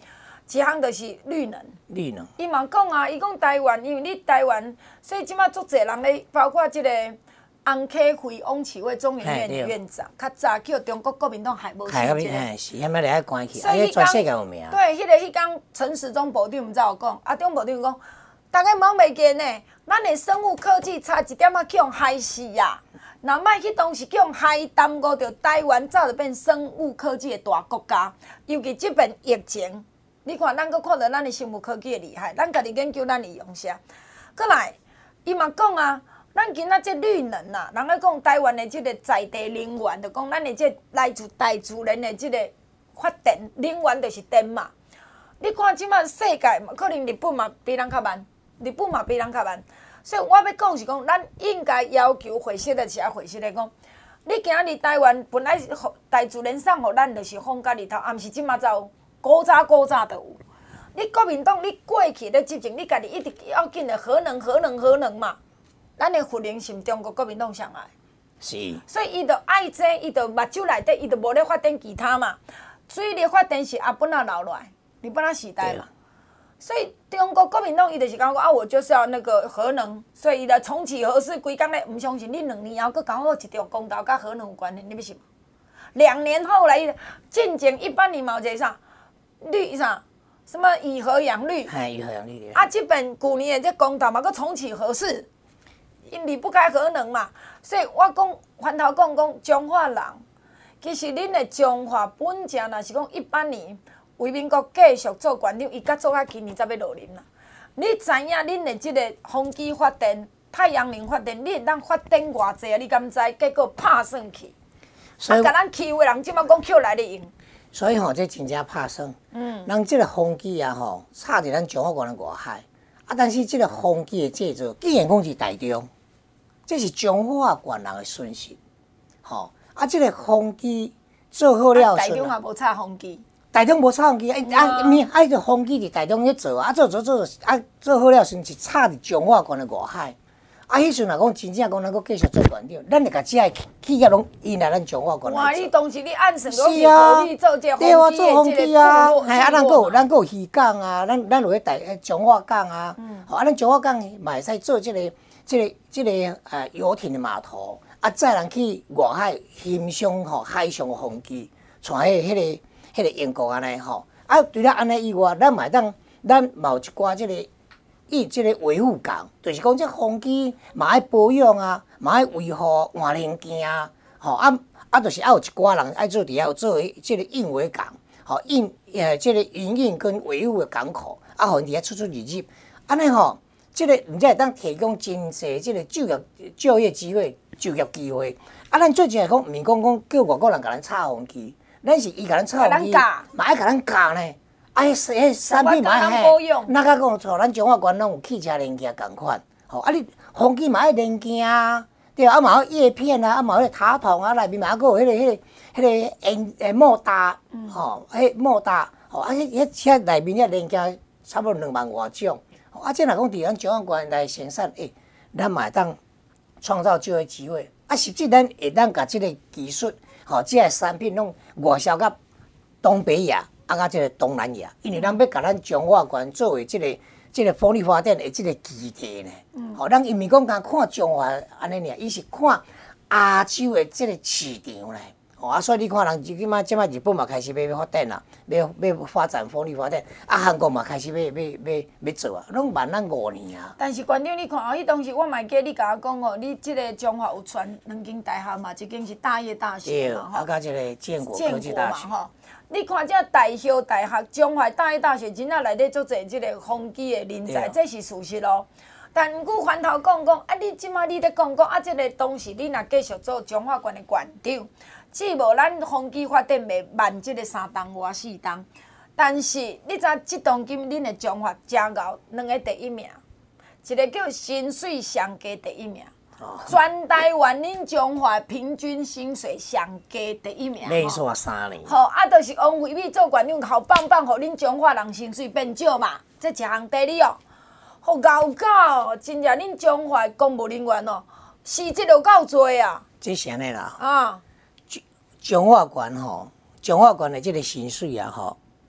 一项就是绿能。 绿能。 伊嘛讲啊，伊讲台湾，因为你台湾，所以即马足侪人咧，包括即个洪启辉、汪启伟中研院院长，较早叫中国国民党海无时间， 是，遐么来关起， 所以全世界有名。 对，迄个迄讲陈时中部长毋知有讲，啊，中部长讲，大家忙袂见呢，咱的生物科技差一点仔去互害死啊！若莫去当时去互害耽误着台湾，早就变生物科技的大国家。尤其即边疫情，你看咱阁看到咱的生物科技的厉害，咱家己研究咱利用啥？过来，伊嘛讲啊。咱今仔即绿能啊，人咧讲台湾的即个在地能源，就讲咱的即来自大自然的即个发电能源就是电嘛。你看即马世界嘛，可能日本嘛比咱较慢，日本嘛比咱较慢。所以我要讲是讲，咱应该要求回息的是啊，回息的讲，你今日台湾本来大自然送互咱就是风甲日头，啊，毋是即马才有，古早古早就有。你国民党你过去咧执政，你家己一直要紧的核能、核能、核能嘛。咱的核能是中国国民党上来， 是， 所以伊就爱这，伊就目睭内底，伊就无咧发展其他嘛。水力发电是阿本仔留落来，日本仔时代嘛。所以中国国民党伊就是讲啊，我就是要那个核能，所以伊来重启核四，规工咧唔相信你两年后佫讲我一条公道甲核能有关系，你要信吗？两年后来进前一般年嘛有一个啥绿啥什么以核养绿， 哎，以核养绿啊，这边旧年的这公道嘛佫重启核四。因离不开核能嘛，所以我讲翻头讲讲中华人，其实恁的中华本正若是讲一八年为民国继续做县长，伊甲做到今年才要落任啦。你知影恁的即个风机发电、太阳能发电，你会当发电偌济啊？你敢知？结果拍算去，啊，甲咱欺负的人即马讲捡来咧用。 所以吼，这真正拍算。嗯。咱即个风机啊，吼，插伫咱中华县的外海，啊，但是即个风机的制作，既然讲是台中。这是中华县人的损失，吼、哦！啊，这个风机做好了， 台中也无插风机， 台中无插风机，哎、嗯、啊，咪啊，个风机伫台中咧做啊，做做做啊，做好了，先是插伫中华县的外海。啊，迄阵若讲真正讲，咱阁继续做县长，咱就甲这个企业拢引来咱中华县来做。 哇！你当时你按算讲是啊， 你做这对啊，做风机啊， 系啊，咱阁有咱阁有渔港啊，咱咱有咧台中华港啊，嗯，好啊，咱中华港嘛会使做即、這个。即、這个、即、這个呃游艇的码头，啊，载人去外海欣赏吼海上的风机，像迄、迄个、迄、那个英国安尼吼。啊，除了安尼以外，咱嘛当咱嘛有一寡即、這个伊即个维护工，就是讲即风机嘛爱保养啊，嘛爱维护换零件啊，吼啊啊，就是爱有一寡人爱做伫遐有做即个运维工，吼运呃即个营运跟维护的港口，啊，互因伫遐出出入入，安尼吼。即、這个毋只会当提供真侪即个就业就业机会、就业机会。啊，咱最近来讲，毋是讲讲叫外国人甲咱插风机，咱是伊甲咱插风机，嘛爱甲咱教呢。啊，迄迄产品嘛爱嘿，那甲讲像咱中华县拢有汽车零件共款。吼，啊你风机嘛爱零件啊，对啊，嘛有叶片啊，啊嘛有塔筒啊，内面嘛还有迄个、迄个、迄个烟诶莫达，吼，迄莫达，吼，啊迄迄车内面迄零件差不多两万外种。啊，即若讲伫咱中华县来生产，诶、欸，咱嘛会当创造就业机会。啊，实际咱会当甲即个技术，吼、喔，即个产品拢外销到东北亚，啊，甲即个东南亚，因为咱要甲咱中华县作为即、這个即、這个风力发电的即个基地呢。嗯。吼、喔，咱伊毋是讲敢看中华安尼尔，伊是看亚洲的即个市场呢。哦啊，所以你看人即摆即摆日本嘛开始要要发电啦，要要发展风力发电，啊韩国嘛开始要要要要做啊，拢慢咱五年啊。 但是馆长，你看哦，迄当时我嘛记你甲我讲哦，你即个中华有传两间大学嘛，一间是大业大学嘛， 吼，啊，甲即个建国科技大学。 吼，你看这大校大学、中华大业大学，真正内底足侪即个风机的人才，这是事实咯。但毋过翻头讲讲，啊，你即摆你咧讲讲啊，即个当时你若继续做中华县的县长。只无咱风机发电袂慢即个三档外四档，但是你知即当今恁的中华真牛，两个第一名，一个叫薪水上低第一名，哦、全台湾恁中华平均薪水上低第一名。 连续三年。 好，啊，就是王惠美做县长，好棒棒，互恁中华人薪水变少嘛，这一项第二哦。好牛狗，真正恁中华公务人员哦，辞职就够多啊。 这是安尼啦。 啊。 中华县吼，中华县的即个薪水啊吼，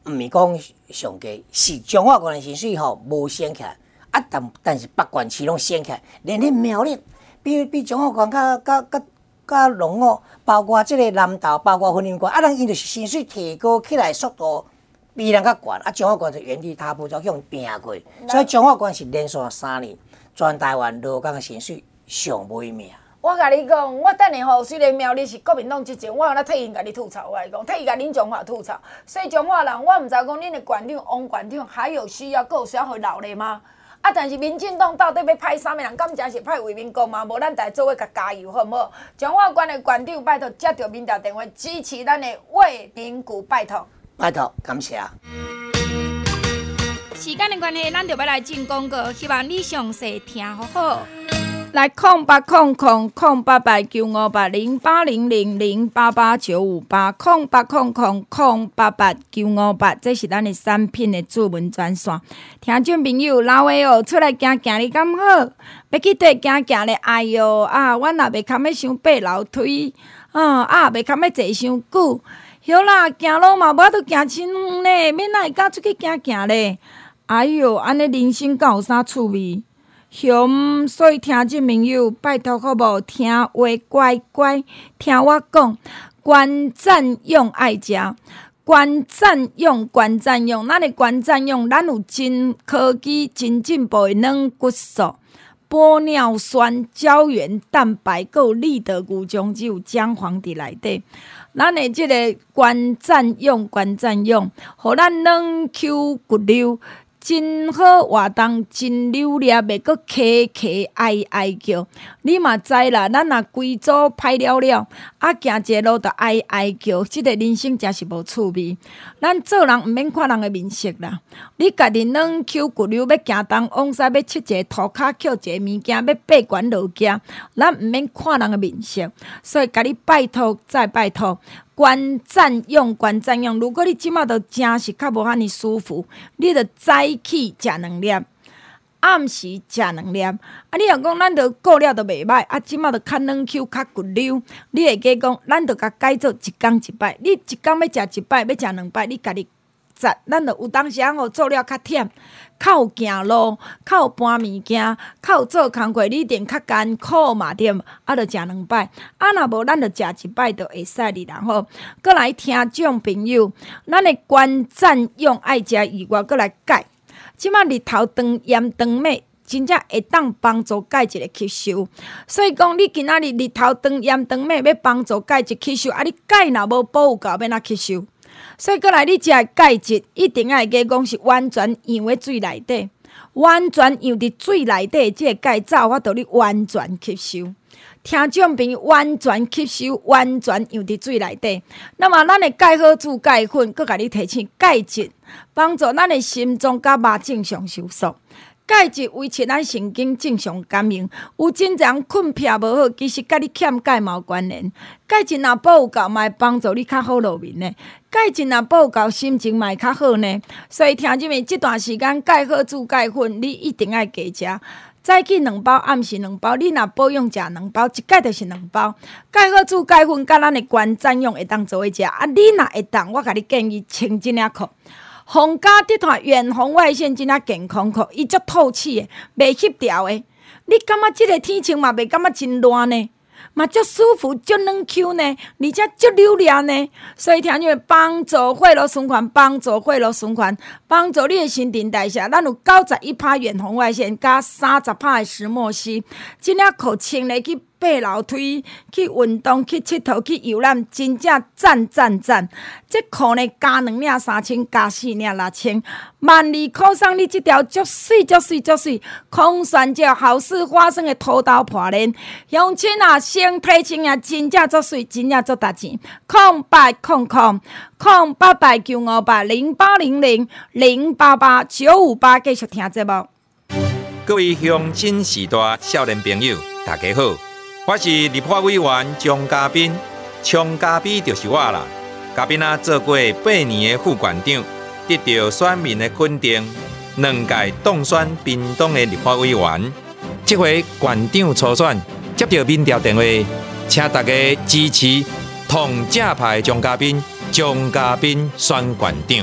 毋是讲上低，是彰化县的薪水吼无升起来，啊但但是北县市拢升起来，连迄苗栗比比彰化县较较较较浓哦，包括即个南投，包括云林县，啊人因就是薪水提高起来速度比人较悬，啊彰化县就原地踏步，就向拼过，所以彰化县是连续三年全台湾劳工的薪水上尾名。 我甲你讲，我等下吼，虽然苗栗是国民党执政，我有咧替因甲你吐槽。我来讲，替伊甲恁彰化吐槽。所以彰化人，我毋知讲恁的县长王县长还有需要够需要互留咧吗？啊，但是民进党到底要派啥物人？敢真是派为民工吗？无，咱大家做伙甲加油，好毋好？彰化县的县长，拜托接到民调电话，支持咱的魏明谷，拜托。 拜托，感谢。 时间的关系，咱就要来进广告，希望你详细听好好。来空八空空空八八九五八零八零零零八八九五八空八空空空八八九五八，这是咱的产品的主文专线。听众朋友，老的哦，出来行行你敢好？要去地行行咧，哎哟啊！阮也袂堪要伤爬楼梯，啊啊，袂堪要坐伤久。晓啦，行路嘛无法度行亲远咧，免哪会敢出去行行咧？哎哟，安尼人生敢有啥趣味？熊，所以听众朋友，拜托好无？听话乖乖，听我讲，关赞用爱食，关赞用关赞用，咱的关赞用，咱有真科技、真进步的软骨素、玻尿酸、胶原蛋白，还有利得牛浆只有姜黄伫内底。咱的即个关赞用关赞用，互咱软 Q 骨溜。真好活动，真溜粒，袂阁咳咳哀哀叫。你嘛知啦，咱若规组歹了了，啊行一路就哀哀叫，即、這个人生真是无趣味。咱做人毋免看人的面色啦，你家己软 Q 骨溜，要行东往西，要佚一个涂骹，捡一个物件，要爬悬落行，咱毋免看人的面色，所以甲你拜托再拜托。关赞用关赞用，如果你即马都真是较无遐尼舒服，你着早起食两粒，暗时食两粒。啊，你若讲咱着顾了着袂歹，啊，即马着较软 Q 较骨溜，你会记讲，咱着甲改做一工一摆。你一工要食一摆，要食两摆，你家己赞，咱着有当时啊吼做了较忝，较有行路，较有搬物件，较有做工课，你一定较艰苦嘛对，啊，着食两摆，啊，若无咱着食一摆就会使哩啦吼。过来听众朋友，咱的关赞用爱食以外，过来解。即马日头长、炎长尾，真正会当帮助钙质的吸收。所以讲，你今仔日日头长、炎长尾，要帮助钙质吸收，啊，你钙若无保有够，要哪吸收？所以，过来你食的钙质一定要会记讲是完全养在水内底，完全养伫水内底，即个钙才有法度你完全吸收。听众朋友，完全吸收，完全养伫水内底。那么，咱的钙好煮钙粉，佮甲你提醒钙质，帮助咱的心脏甲肉正常收缩。钙质维持咱神经正常感应，有真侪人困眠无好，其实甲你欠钙嘛有关联。钙质若补有够，嘛会帮助你较好落眠呢。钙质若补有够，心情嘛会较好呢。所以听入面这段时间钙好煮钙粉，你一定要加食。早起两包，暗时两包，你若保养食两包，一盖就是两包。钙好煮钙粉，甲咱的关赞用会当做伙食。啊，你若会当，我甲你建议穿这领裤。皇家集团远红外线真正健康裤，伊足透气的，袂翕条的。你感觉即个天穿嘛，袂感觉真热呢？嘛足舒服，足软 Q 呢，而且足溜粒呢。所以听你帮助血液循环，帮助血液循环，帮助你的新陈代谢。咱有九十一趴远红外线，加三十趴的石墨烯，即领裤穿咧去爬楼梯、去运动、去佚佗、去游览，真正赞赞赞！这裤呢，加两领三千，加四领六千，万二块送你这条足水足水足水，空选这好事花生的土豆破链，乡亲啊，身体清啊，真正足水，真正足值钱。空八空空空八八九五八零八零零零八八九五八，继续听节目。 各位乡亲时代少年朋友，大家好。我是立法委员张嘉宾，张嘉宾就是我啦。嘉宾啊，做过八年的副县长，得到选民的肯定，两届当选屏东的立法委员。这回县长初选，接到民调电话，请大家支持同正派张嘉宾，张嘉宾选县长。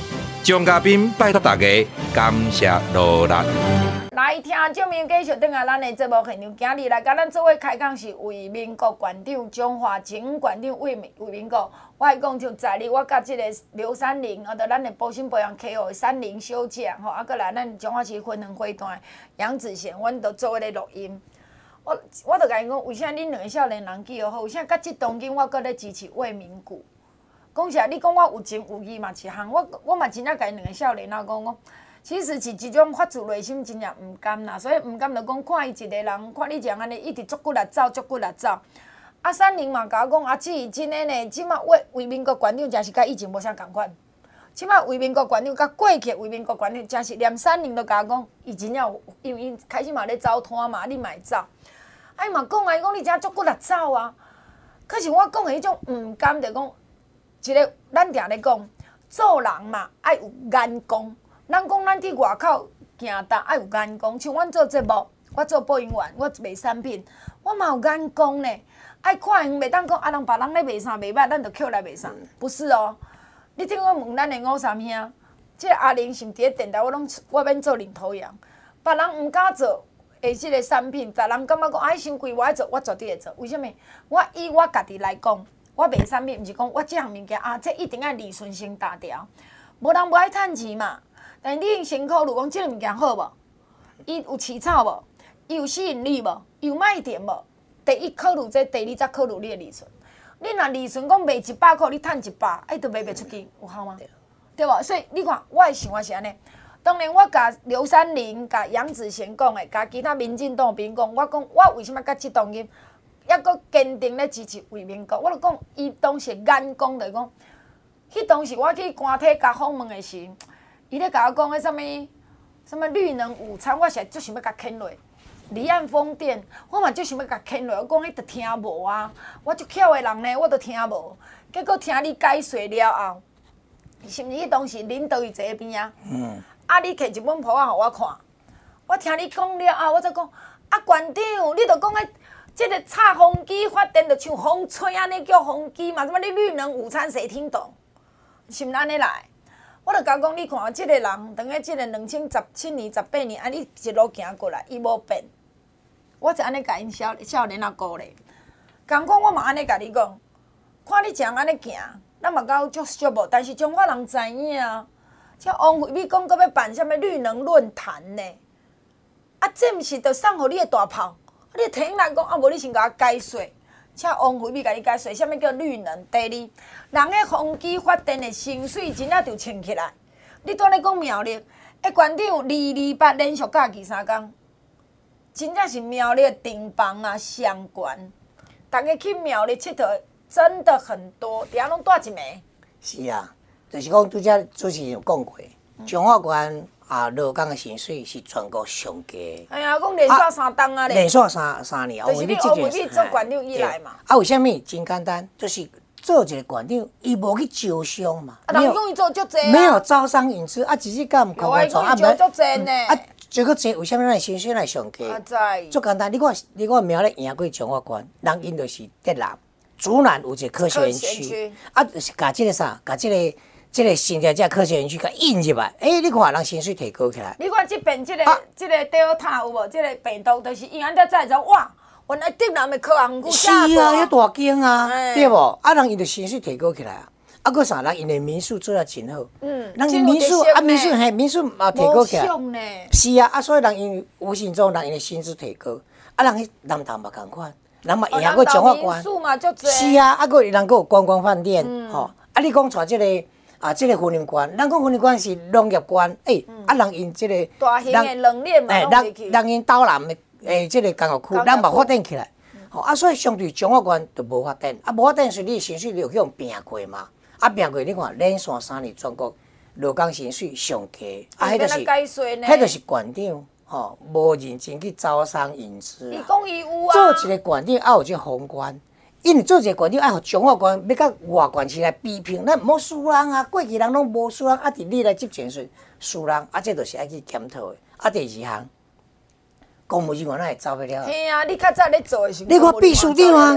江嘉宾拜托大家，感谢努力。 来听众朋友继续转来咱的节目现场，今日来甲咱做伙开讲是为民国馆长中华前馆长为民为民国。我来讲像在日，我甲即个刘三林，啊，着咱的保心保养 K O 三林小姐，吼，啊，搁来咱中华市婚宴会团杨子贤，阮着做咧录音。我我着甲因讲，为啥恁两个少年人记号好？为啥甲即当今我搁咧支持魏明谷？讲实，你讲我有情有义嘛一项，我我嘛真正甲因两个少年仔讲讲。其实是一种发自内心，真正毋甘啦，所以毋甘就讲看伊一个人，看你这样安尼一直足骨力走，足骨力走。啊，三林嘛甲我讲，啊，姊真诶呢，即马为为民国馆长真是甲以前无啥共款。即马为民国馆长甲过去为民国馆长，真是连三林都甲我讲，伊真正有，因为伊开始嘛咧走摊嘛，你嘛会走。啊，伊嘛讲啊，伊讲你真足骨力走啊。可是我讲诶迄种毋甘，就讲一个咱定咧讲，做人嘛爱有眼光。咱讲咱伫外口行达爱有眼光，像阮做节目，我做播音员，我卖产品，我嘛有眼光呢。爱看人，袂当讲啊，人别人咧卖啥卖歹，咱就捡来卖啥，不是哦。你听我问咱的五三兄，即个阿玲是毋伫咧电台，我拢我免做领头羊。别人毋敢做诶，即个产品，逐人感觉讲啊，伤贵，我爱做，我绝对会做。为什么？我以我家己来讲，我卖产品，毋是讲我即项物件啊，这一定爱利润先达条，无人无爱趁钱嘛。但你先考虑讲，即个物件好无？伊有市场无？伊有吸引力无？有卖点无？第一考虑这，第二才考虑你的利润。你若利润讲卖一百块，你趁一百，哎，都卖袂出去，有效吗？对无？所以你看，我的想法是安尼。当然，我甲刘三林、甲杨子贤讲的，甲其他民进党兵讲，我讲我为什么甲即当今，抑阁坚定咧支持为民国？我就讲，伊当时眼光就讲，迄当时我去官体甲访问的时。伊咧甲我讲，迄什物什物绿能午餐，我是足想要甲牵落。离岸风电，我嘛足想要甲牵落。我讲迄着听无啊，我足巧的人呢，我都听无。结果听你解说了后，是毋是迄当时恁倒伊坐喺边啊？嗯。啊，你摕一本簿仔互我看，我听你讲了后，我才讲啊，馆长，你着讲迄即个插风机发电，着像风吹安尼叫风机嘛？什么你绿能午餐谁听懂？是毋是安尼来？我就甲讲，你看即个人，等于即个两千十七年、十八年，安尼一路行过来，伊无变。我就安尼甲因少少年仔鼓励。共款我嘛安尼甲你讲，看你这样安尼行，咱嘛够足寂寞。但是中华人知影啊，即王惠美讲，搁要办啥物绿能论坛呢？啊，这毋是着送互你的大炮，你听来讲啊，无你先甲我解说。请王惠美甲你解说，啥物叫绿能？第二，人诶风机发电的薪水真正就穿起来。你拄咧讲苗栗，诶，馆长二二八连续假期三工，真正是苗栗顶棒啊，上悬。逐个去苗栗佚佗，真的很多，底下拢带一暝。 是啊，就是讲拄则主持人有讲过，中华县啊，劳工的薪水是全国上低。 哎呀，讲连续三档啊咧。 连续三三年， 就是你王惠美做馆长以来嘛。 啊，为虾米？真简单，就是做一个馆长，伊无去招商嘛。 啊，人讲伊做足济啊。 没有招商引资啊，只是干唔空空做啊， 没。足济呢。 啊，这个济为虾米咱薪水来上低？ 啊，知。 足简单，你看，你看苗栗赢过中华县，人因就是德南、竹南有一个科学园区，啊，就是甲这个啥，甲这个。这个新的这科学园区，甲引入来，哎、欸，你看人薪水提高起来。 你看这边这个、啊、这个 Delta 有无？这个病毒就是伊安尼才知哇，原来德南的科学园区是啊，遐大间啊，欸、对无？啊，人伊就薪水提高起来啊。啊，搁啥人因的民宿做得真好。嗯，人民宿啊，民宿嘿，民宿嘛提高起来。是啊，啊，所以人因无形中人因的薪资提高，啊，人迄南投嘛共款，人嘛赢过中华县。是啊，啊，搁人搁有观光饭店，吼、嗯，啊，你讲带这个。啊，即、這个婚姻馆，咱讲婚姻馆是农业馆，诶、欸嗯，啊，人因即、這个大型的冷链嘛， 人人因岛南的诶，即、這个工业区，咱嘛发展起来，吼、嗯，啊，所以相对中华县就无发展，啊，无发展是你薪水就向拼过嘛，啊，拼过你看连续三年全国劳工薪水上低，啊，迄就是，迄就是馆长，吼，无认真去招商引资。 伊讲伊有啊。 做一个馆长，要有这宏观。因为做一个馆长，爱互中华县要甲外县市来比拼，咱毋好输人啊！过去人拢无输人，啊，伫你来接权时输人，啊，这就是爱去检讨的。啊，第二项，公务人员哪会走不了？ 嘿啊，你较早咧做的是。 你看秘书长啊，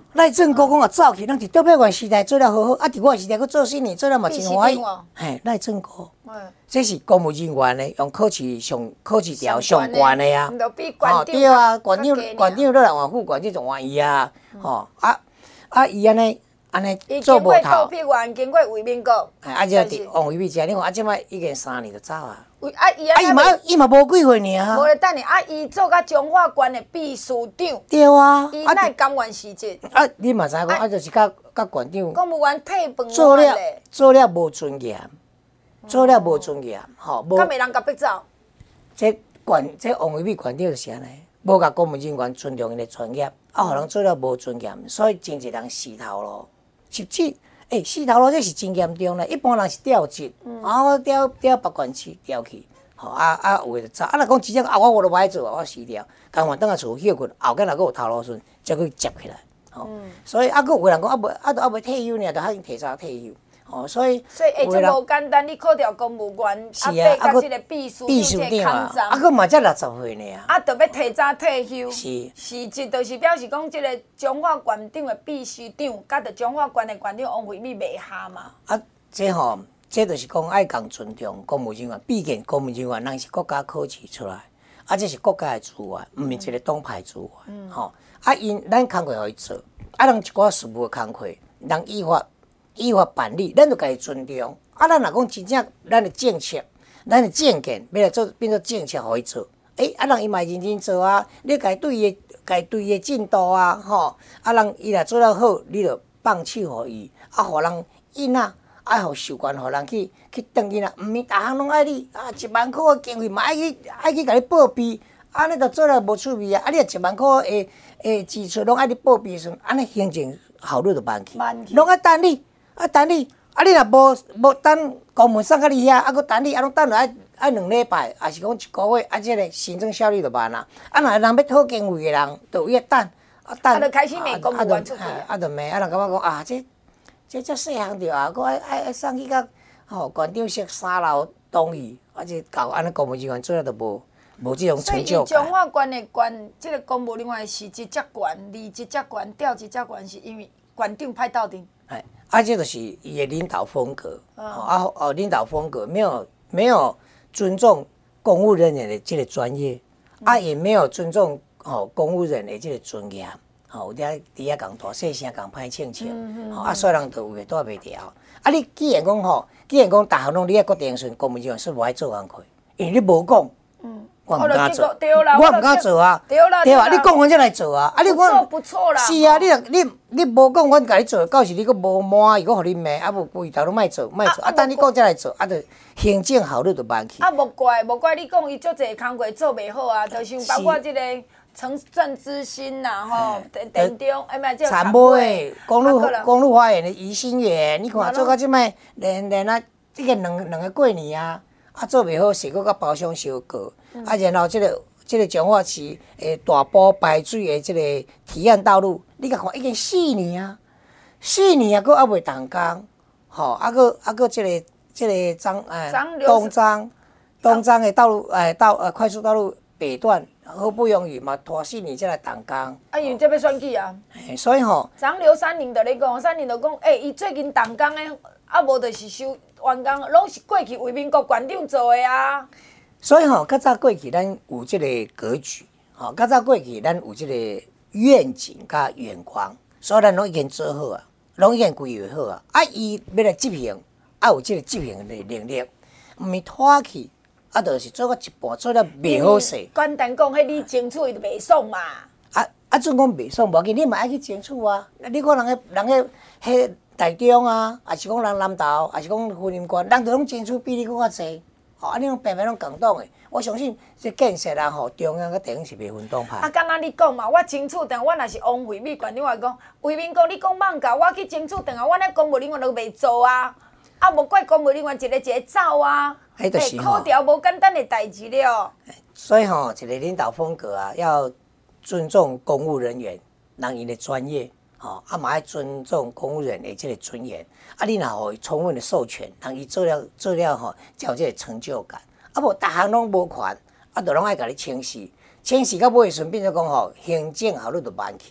赖正国讲啊走去，咱伫特别员时代做了好好，啊伫我时代佮做新年做了嘛真欢喜。嘿，赖正国，这是公务人员的，用考试上考试条上悬的啊。哦，对啊，馆长馆长都来换副馆长仲换伊啊。吼啊啊伊安尼安尼做无头。伊经过特别员，经过卫民局。 哎，啊，这伫王卫民遮，你看啊，即摆已经三年就走啊。 啊，伊啊， 伊嘛伊嘛无几岁尔。 无咧等呢，啊，伊做甲中华县的秘书长。 对啊。 伊乃甘愿辞职。 啊，你嘛知影讲，啊，就是甲甲馆长。 公务员退饭做了做了无尊严，做了无尊严，吼，无。 敢会人甲逼走？ 这管这王卫民馆长就是安尼，无甲公务人员尊重因的专业，啊，互人做了无尊严，所以真侪人死头路，甚至。诶，死头路这是真严重咧，一般人是调职，啊，我调调别县市调去，吼啊啊有诶就走，啊若讲直接啊我我都歹做啊，我死掉，甘愿等下厝休困，后间若佫有头路顺，才去接起来，吼，所以啊佫有人讲啊袂啊都啊袂退休呢，就较提早退休，吼，所以所以会真无简单，你考调公务员，啊爬到即个秘书秘书长啊， 啊佫嘛才六十岁呢啊， 啊，着要提早退休， 是， 辞职就是表示讲即个中华县长的秘书长，甲着中华县的县长王惠美袂合嘛。 啊，这吼，这就是讲爱共尊重公务人员，毕竟公务人员人是国家考试出来，啊，这是国家的资源，毋是一个党派资源，吼、嗯。啊，因咱工课互伊做，啊，人一寡事务的工课，人依法依法办理，咱就家己尊重。啊，咱若讲真正咱的政策，咱的政见，要来做变做政策互伊做。诶、欸，啊，人伊嘛认真做啊，你家对伊，家对伊进度啊，吼，啊，人伊若做了好，你就放手互伊，啊，互人囡仔爱互习惯，互人去去当囡仔，毋是逐项拢爱你啊，一万块的经费嘛爱去爱去甲你报备，安尼就做了无趣味啊！啊，你若一万块的的支出拢爱你报备时，安尼行政效率就慢去，拢爱等你，啊等你，啊你若无无等公文送到你遐，啊搁等你，啊拢等落爱。啊，两礼拜，也是讲一个月，啊，这个行政效率就慢啦。啊，若人要讨经费的人，就越等，啊等， 啊，就开始骂公务员出去啊，就骂，啊，人感觉讲啊，这这这细项着啊，搁爱爱爱送去甲吼县长室三楼同意，啊，这搞安尼公务人员做了就无无这种成就感。 所以，中华县的县，这个公务人员是职则悬，离职则悬，调职则悬，是因为县长歹斗阵。 哎，啊，这就是伊的领导风格，啊哦，领导风格没有没有。尊重公务人员的这个专业，嗯、啊，也没有尊重吼、哦、公务人的这个尊严，吼、哦，伫遐伫遐讲大细声讲歹清清，吼、嗯嗯、啊，所以人就有会带袂调。啊，你既然讲吼，既然讲大项拢你爱决定顺，公务人员是无爱做工课，因为你无讲，嗯，我毋敢做，我毋敢做啊，对啦，对啊，你讲完才来做啊，啊，你讲不错啦， 是啊，你若你你无讲，阮甲你做，到时你佫无满意，佫互你骂，啊，无规头都莫做，莫做，啊，等你讲才来做，啊，就。行政效率就慢去。 啊，无怪，无怪你讲伊足侪工课做袂好啊，就像包括即个城镇之星呐，吼，电中，哎嘛，即个产尾公路公路花园的宜兴园，你看做到即摆，连连啊，即个两两个过年啊，啊做袂好，是佫甲包厢烧过，啊，然后即个即个彰化市诶大埔排水的即个提案道路，你甲看已经四年啊，四年啊，佫还袂动工，吼，啊佫啊佫即个。这个张诶东张东张的道路诶道呃快速道路北段好不容易嘛拖四年才来动工。 啊，因为这要选举啊。 所以吼， 张刘三年就咧讲，三年就讲，诶、欸，伊最近动工诶，啊无就是收完工，拢是过去为民国县长做诶啊。 所以吼，较早过去咱有即个格局，吼，较早过去咱有即个愿景甲眼光，所以咱拢已经做好啊，拢已经规划好啊。啊，伊要来执行。啊，有即个执行的能力，毋是拖去，啊，就是做到一半，做了袂好势。 简单讲，迄你争取就袂爽嘛。 啊啊，总讲袂爽，无要紧，你嘛爱去争取啊。你看人个人个迄台中啊，还是讲人南投，还是讲云林县，人都拢争取比你更较济。哦，啊，你拢平平拢共党的，我相信这建设啊，吼，中央甲地方是袂分党派。 啊，敢若你讲嘛，我争取等我若是王惠美县长来讲，为民国你讲妄教，我去争取等下，我那公务人员都袂做啊。啊，无怪公务人员一个一个走啊， 迄就是考调无简单的代志了。 所以吼，一个领导风格啊，要尊重公务人员人伊的专业，吼，啊嘛要尊重公务人的这个尊严。啊，你若互伊充分的授权，让伊做了做了吼，才有这个成就感。啊，无逐项拢无权，啊，就拢爱甲你清洗，清洗到尾时阵变做讲吼，行政效率就慢去。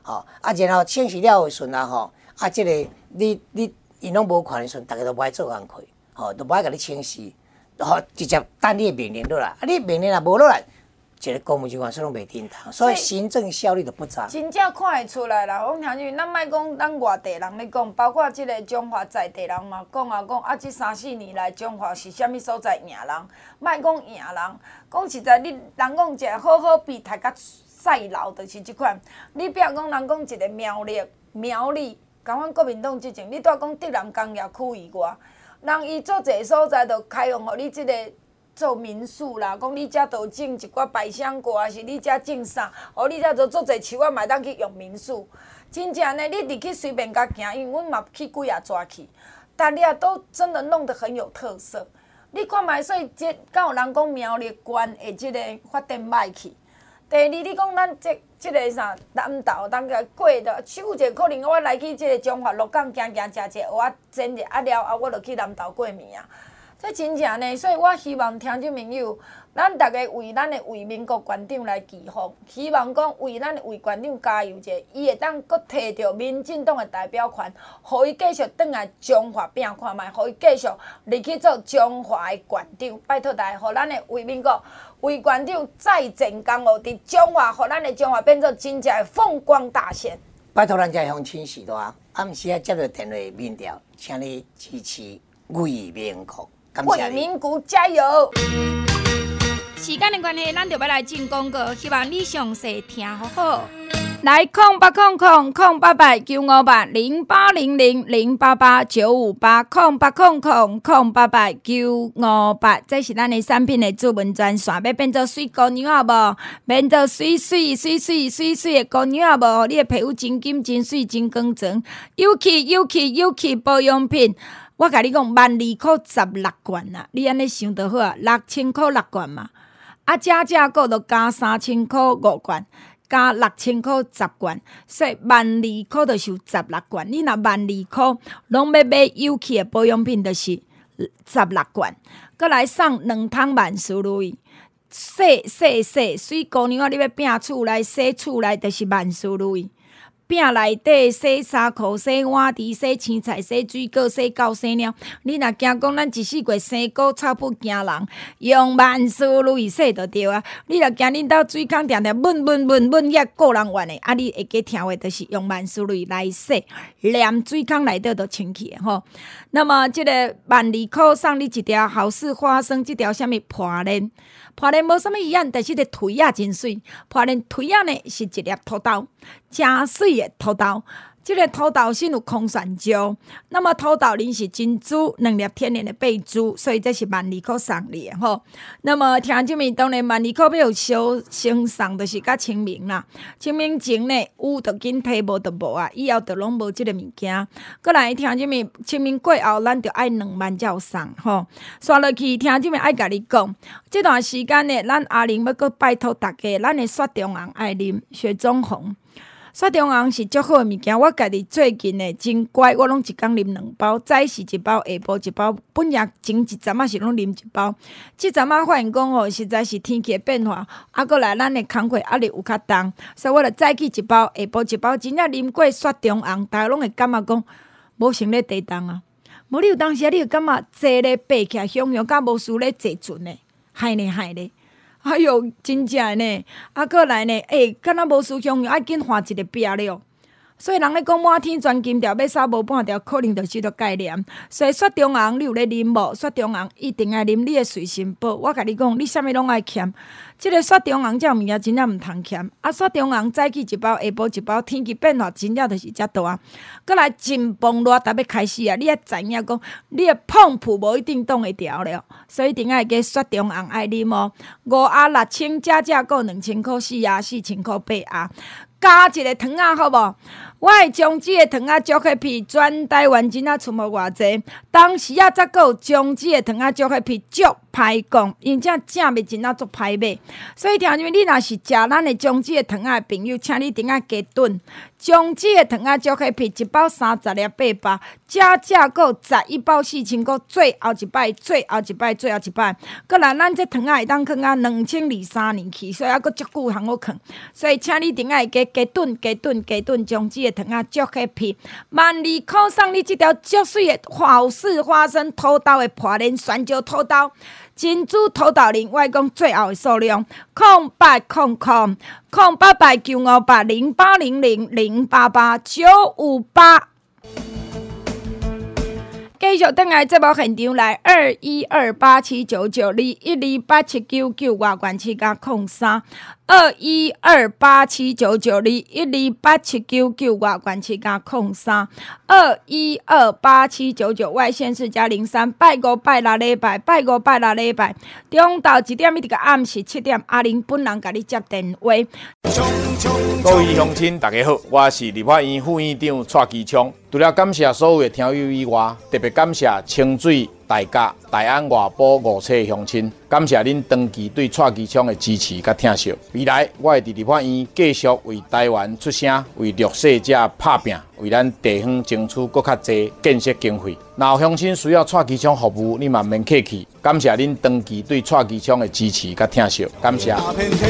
吼，啊，然后清洗了的时阵啊，吼，啊，即、这个你你因拢无看的时阵，大家都无爱做工课，吼，都无爱甲你清洗，吼，直接等你的命令落来，啊，你命令若无落来。一个公务机关所以拢袂叮当，所以行政效率就不彰。 真正看会出来啦！我听见咱莫讲咱外地人咧讲，包括即个中华在地人嘛，讲啊讲啊，即三四年来中华是啥物所在赢人？莫讲赢人，讲实在，你人讲一个好好比大家赛老，就是即款。你比如讲人讲一个苗栗，苗栗，讲阮国民党之前，你拄讲竹南工业区以外，人伊做一个所在，就开放互你即个。做民宿啦，讲你遮都种一寡百香果，还是你遮种啥？哦，你遮都做者树，我嘛当去用民宿。真正呢，你入去随便甲行，因为阮嘛去几啊抓去，但你啊都真的弄得很有特色。你看卖，所以这敢有人讲苗栗县的即个发展歹去。第二，你讲咱这即个啥南投，当个过的，手者可能我来去即个中华鹿港行行食一个蚵仔煎者，啊了后我就去南投过暝啊。这真正呢，所以我希望听众朋友，咱大家为咱的为民国县长来祈福，希望讲为咱的为县长加油者，伊会当搁摕到民进党的代表权，互伊继续转来中华拼看卖，互伊继续入去做中华的县长。拜托大家，互咱的为民国为县长再建江湖，伫中华，互咱的中华变做真正的风光大县。 拜托咱遮乡亲时代，暗时啊接到电话民调，请你支持为民国。 为民国加油！ 时间的关系，咱就要来进广告，希望你详细听好好。来空八空空空八八九五八零八零零零八八九五八空八空空空八八九五八，这是咱的产品的主文专线，要变做水姑娘啊无？变做水水水水水水的姑娘啊无？你的皮肤真金真水真光泽，有气有气有气保养品。我甲你讲，万二箍十六罐啊！你安尼想就好啊，六千箍六罐嘛。啊，正正个就加三千箍五罐，加六千箍十罐，所以万二箍就是十六罐。你若万二箍，拢要买有气的保养品，就是十六罐。搁来送两桶万事如意，洗洗洗，水姑娘啊！你要拼厝内洗厝内，就是万事如意。饼内底洗衫裤、洗碗池、洗青菜、洗水果、洗狗、洗猫。你若惊讲咱一世过生果草不惊人，用万事如意洗就对啊。你若惊恁兜水缸常常闷闷闷闷遐个人怨的，啊，你会记听话，就是用万事如意来洗，连水缸内底都清气的吼。那么即个万二箍送你一条好事花生，即条啥物破链？破链无啥物遗憾，但是个腿啊真水。破链腿啊呢是一粒土豆，真水的土豆。这个土豆是有抗酸椒，那么土豆磷是珍珠，两粒天然的贝珠，所以这是万二块送你的吼。那么听这面当然万二块要有小先送，就是甲清明啦。清明前呢有就紧摕，无就无啊，以后就拢无这个物件。过来听这面清明过后，咱就爱两万才有送吼。刷落去听这面爱甲你讲，这段时间呢，咱阿玲要搁拜托大家，咱的雪中红爱啉雪中红。雪中红是足好的物件，我家己最近呢真乖，我拢一工啉两包，早时一包，下晡一包，本夜前一阵仔是拢啉一包。即阵仔发现讲吼，实在是天气的变化，啊，过来咱的工课压力有较重，所以我就早起一包，下晡一包，真正啉过雪中红，大家拢会感觉讲无成咧地动啊。无你有当时你会感觉坐咧爬起来，汹涌甲无输咧坐船咧，害咧害咧。哎哟，真正呢，啊，过来呢，诶、欸，敢若无事向爱紧换一个壁了。所以人咧讲满天钻金条，要扫无半条，可能就是这个概念。所以雪中红你有咧啉无？雪中红一定爱啉，你的随身宝。我甲你讲，你啥物拢爱欠。即、这个雪中红这物件真正毋通欠。啊，雪中红早起一包，下晡一包，天气变化真正就是遮大。过来真崩热，达要开始啊！你也知影讲，你的碰扑无一定挡会牢了，所以一定爱加雪中红爱啉哦。五盒六千，加价够两千块四盒，四千块八盒。加一个糖仔好无？ 我的姜子的糖仔竹叶皮，全台湾真啊出没偌济。当时啊，才有姜子的糖仔竹叶皮足歹讲，因为正正袂真啊足歹买。所以听众你若是食咱的姜子的糖仔的朋友，请你顶下加炖姜子的糖仔竹叶皮一包三十粒八百，加价够十一包四千块，最后一摆，最后一摆，最后一摆。过来，咱这糖仔会当放啊两千二三年去，所以还阁足久通好放。所以请你顶下加加炖加炖加炖姜子的糖仔竹叶皮，万二块送你这条足水的华式花生土豆的破莲酸椒土豆。珍珠土豆零，我讲最后的数量，空八空空空八八九五八零八零零零八八九五八。继续等来节目现场来二一二八七九九二一二八七九九外关七加空三二一二八七九九二一二八七九九外关七加空三二一二八七九九外县市加零三拜五拜六礼拜拜五拜六礼拜中昼一点一直到暗时七点，阿玲本人甲你接电话。 各位乡亲，大家好，我是立法院副院长蔡其昌。除了感谢所有的听友以外，特别感谢清水、大甲、大安外埔五车的乡亲，感谢恁长期对蔡其昌的支持甲疼惜。未来我会伫立法院继续为台湾出声，为弱势者拍拼，为咱地方争取更较侪建设经费。若有乡亲需要蔡其昌服务，你嘛免客气。感谢恁长期对蔡其昌的支持甲疼惜，感谢。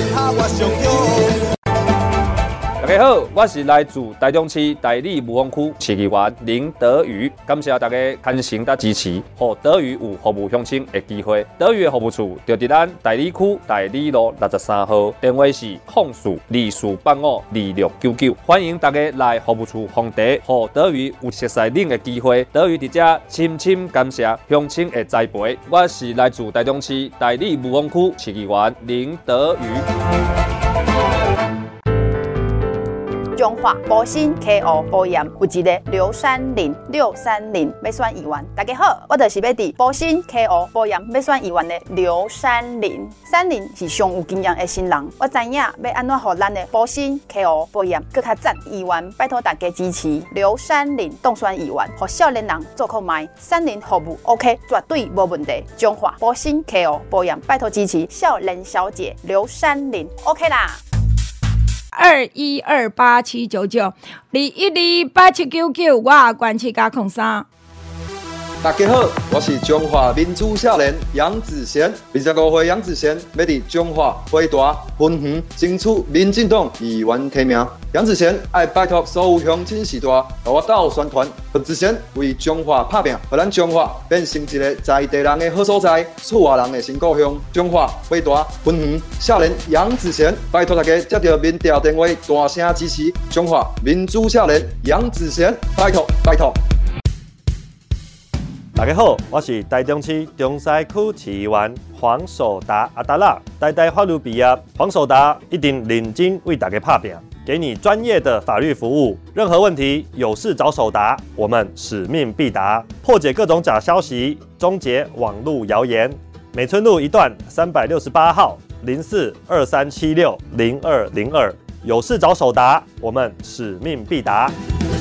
大家好，我是来自台中市大里武丰区市议员林德瑜，感谢大家牵诚甲支持，让德瑜有服务乡亲的机会。德瑜的服务处就伫咱大里区大里路六十三号，电话是零四二四八五二六九九，欢迎大家来服务处访茶，让德瑜有熟悉恁的机会。德瑜伫遮深深感谢乡亲的栽培。我是来自台中市大里武丰区市议员林德瑜。 中华保新 K O 保盐有一个刘山林六三零要选议员，大家好，我就是要伫保新 K O 保盐要选议员的刘山林。山林是上有经验的新人，我知影要安怎互咱的保新 K O 保盐更较赞。议员拜托大家支持刘山林当选议员，互少年人做看卖。山林服务 OK， 绝对无问题。中华保新 K O 保盐拜托支持少年小姐刘山林 OK 啦。 二一二八七九九二一二八七九九，我关七加空三。 大家好，我是中华民主少年杨子贤，二十五岁杨子贤要伫中华回大分园争取民进党议员提名。杨子贤爱拜托所有乡亲时代，和我斗宣传，杨子贤为中华拍拼，让咱中华变成一个在地人的好所在，厝外人的新故乡。中华回大分园少年杨子贤，拜托大家接到民调电话，大声支持中华民主少年杨子贤，拜托拜托。 大家好，我是台中市中西区市议员黄守达阿达拉，台大法律毕业，黄守达一定认真为大家拍拼，给你专业的法律服务。任何问题有事找守达，我们使命必达，破解各种假消息，终结网络谣言。美村路一段三百六十八号零四二三七六零二零二，有事找守达，我们使命必达。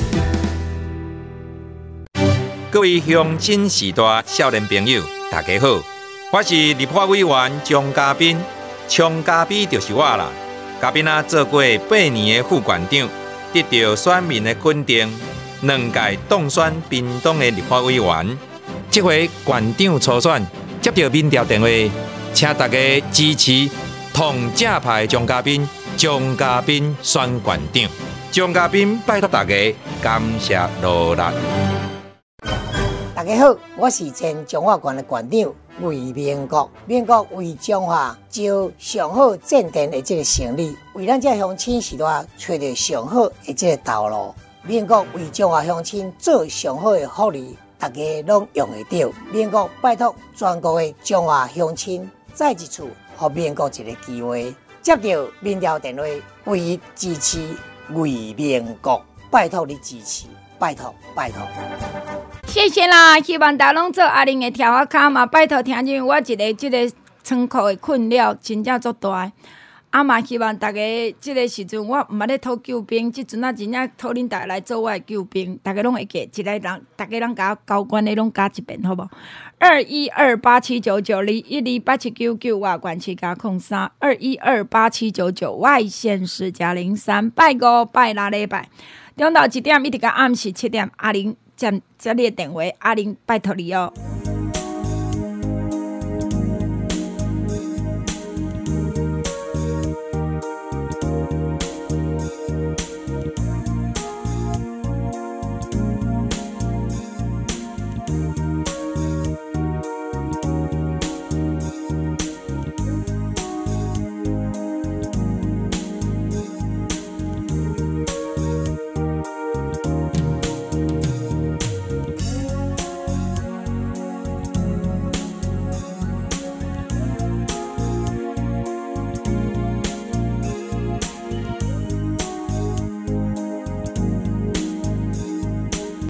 各位乡亲时代少年朋友，大家好，我是立法委员张嘉宾，张嘉宾就是我啦。嘉宾啊，做过八年的副馆长，得到选民的肯定，两届当选屏东的立法委员。这回馆长初选，接到民调电话，请大家支持同正派张嘉宾，张嘉宾选馆长。张嘉宾拜托大家，感谢努力。 大家好，我是前中华县的县长魏明国。明国为中华招上好正电的这个成立，为咱这乡亲时代找到上好的这个道路。明国为中华乡亲做上好的福利，大家拢用得到。明国拜托全国的中华乡亲，再一次给明国一个机会，接到民调电话，唯一支持魏明国，拜托你支持，拜托拜托。 谢谢啦，希望大家拢做阿玲的跳啊卡嘛，拜托听众，我一个即个仓库的困扰真正足大。 啊嘛希望大家即个时阵，我毋捌咧讨救兵，即阵啊真正讨恁大家来做我的救兵，大家拢会记，一个人，大家人甲交关的拢加一遍，好无？二一二八七九九二一二八七九九，我关七加空三，二一二八七九九，外线是加零三，拜五拜六礼拜，中昼一点一直到暗时七点，阿玲接接你的电话，阿玲拜托你哦。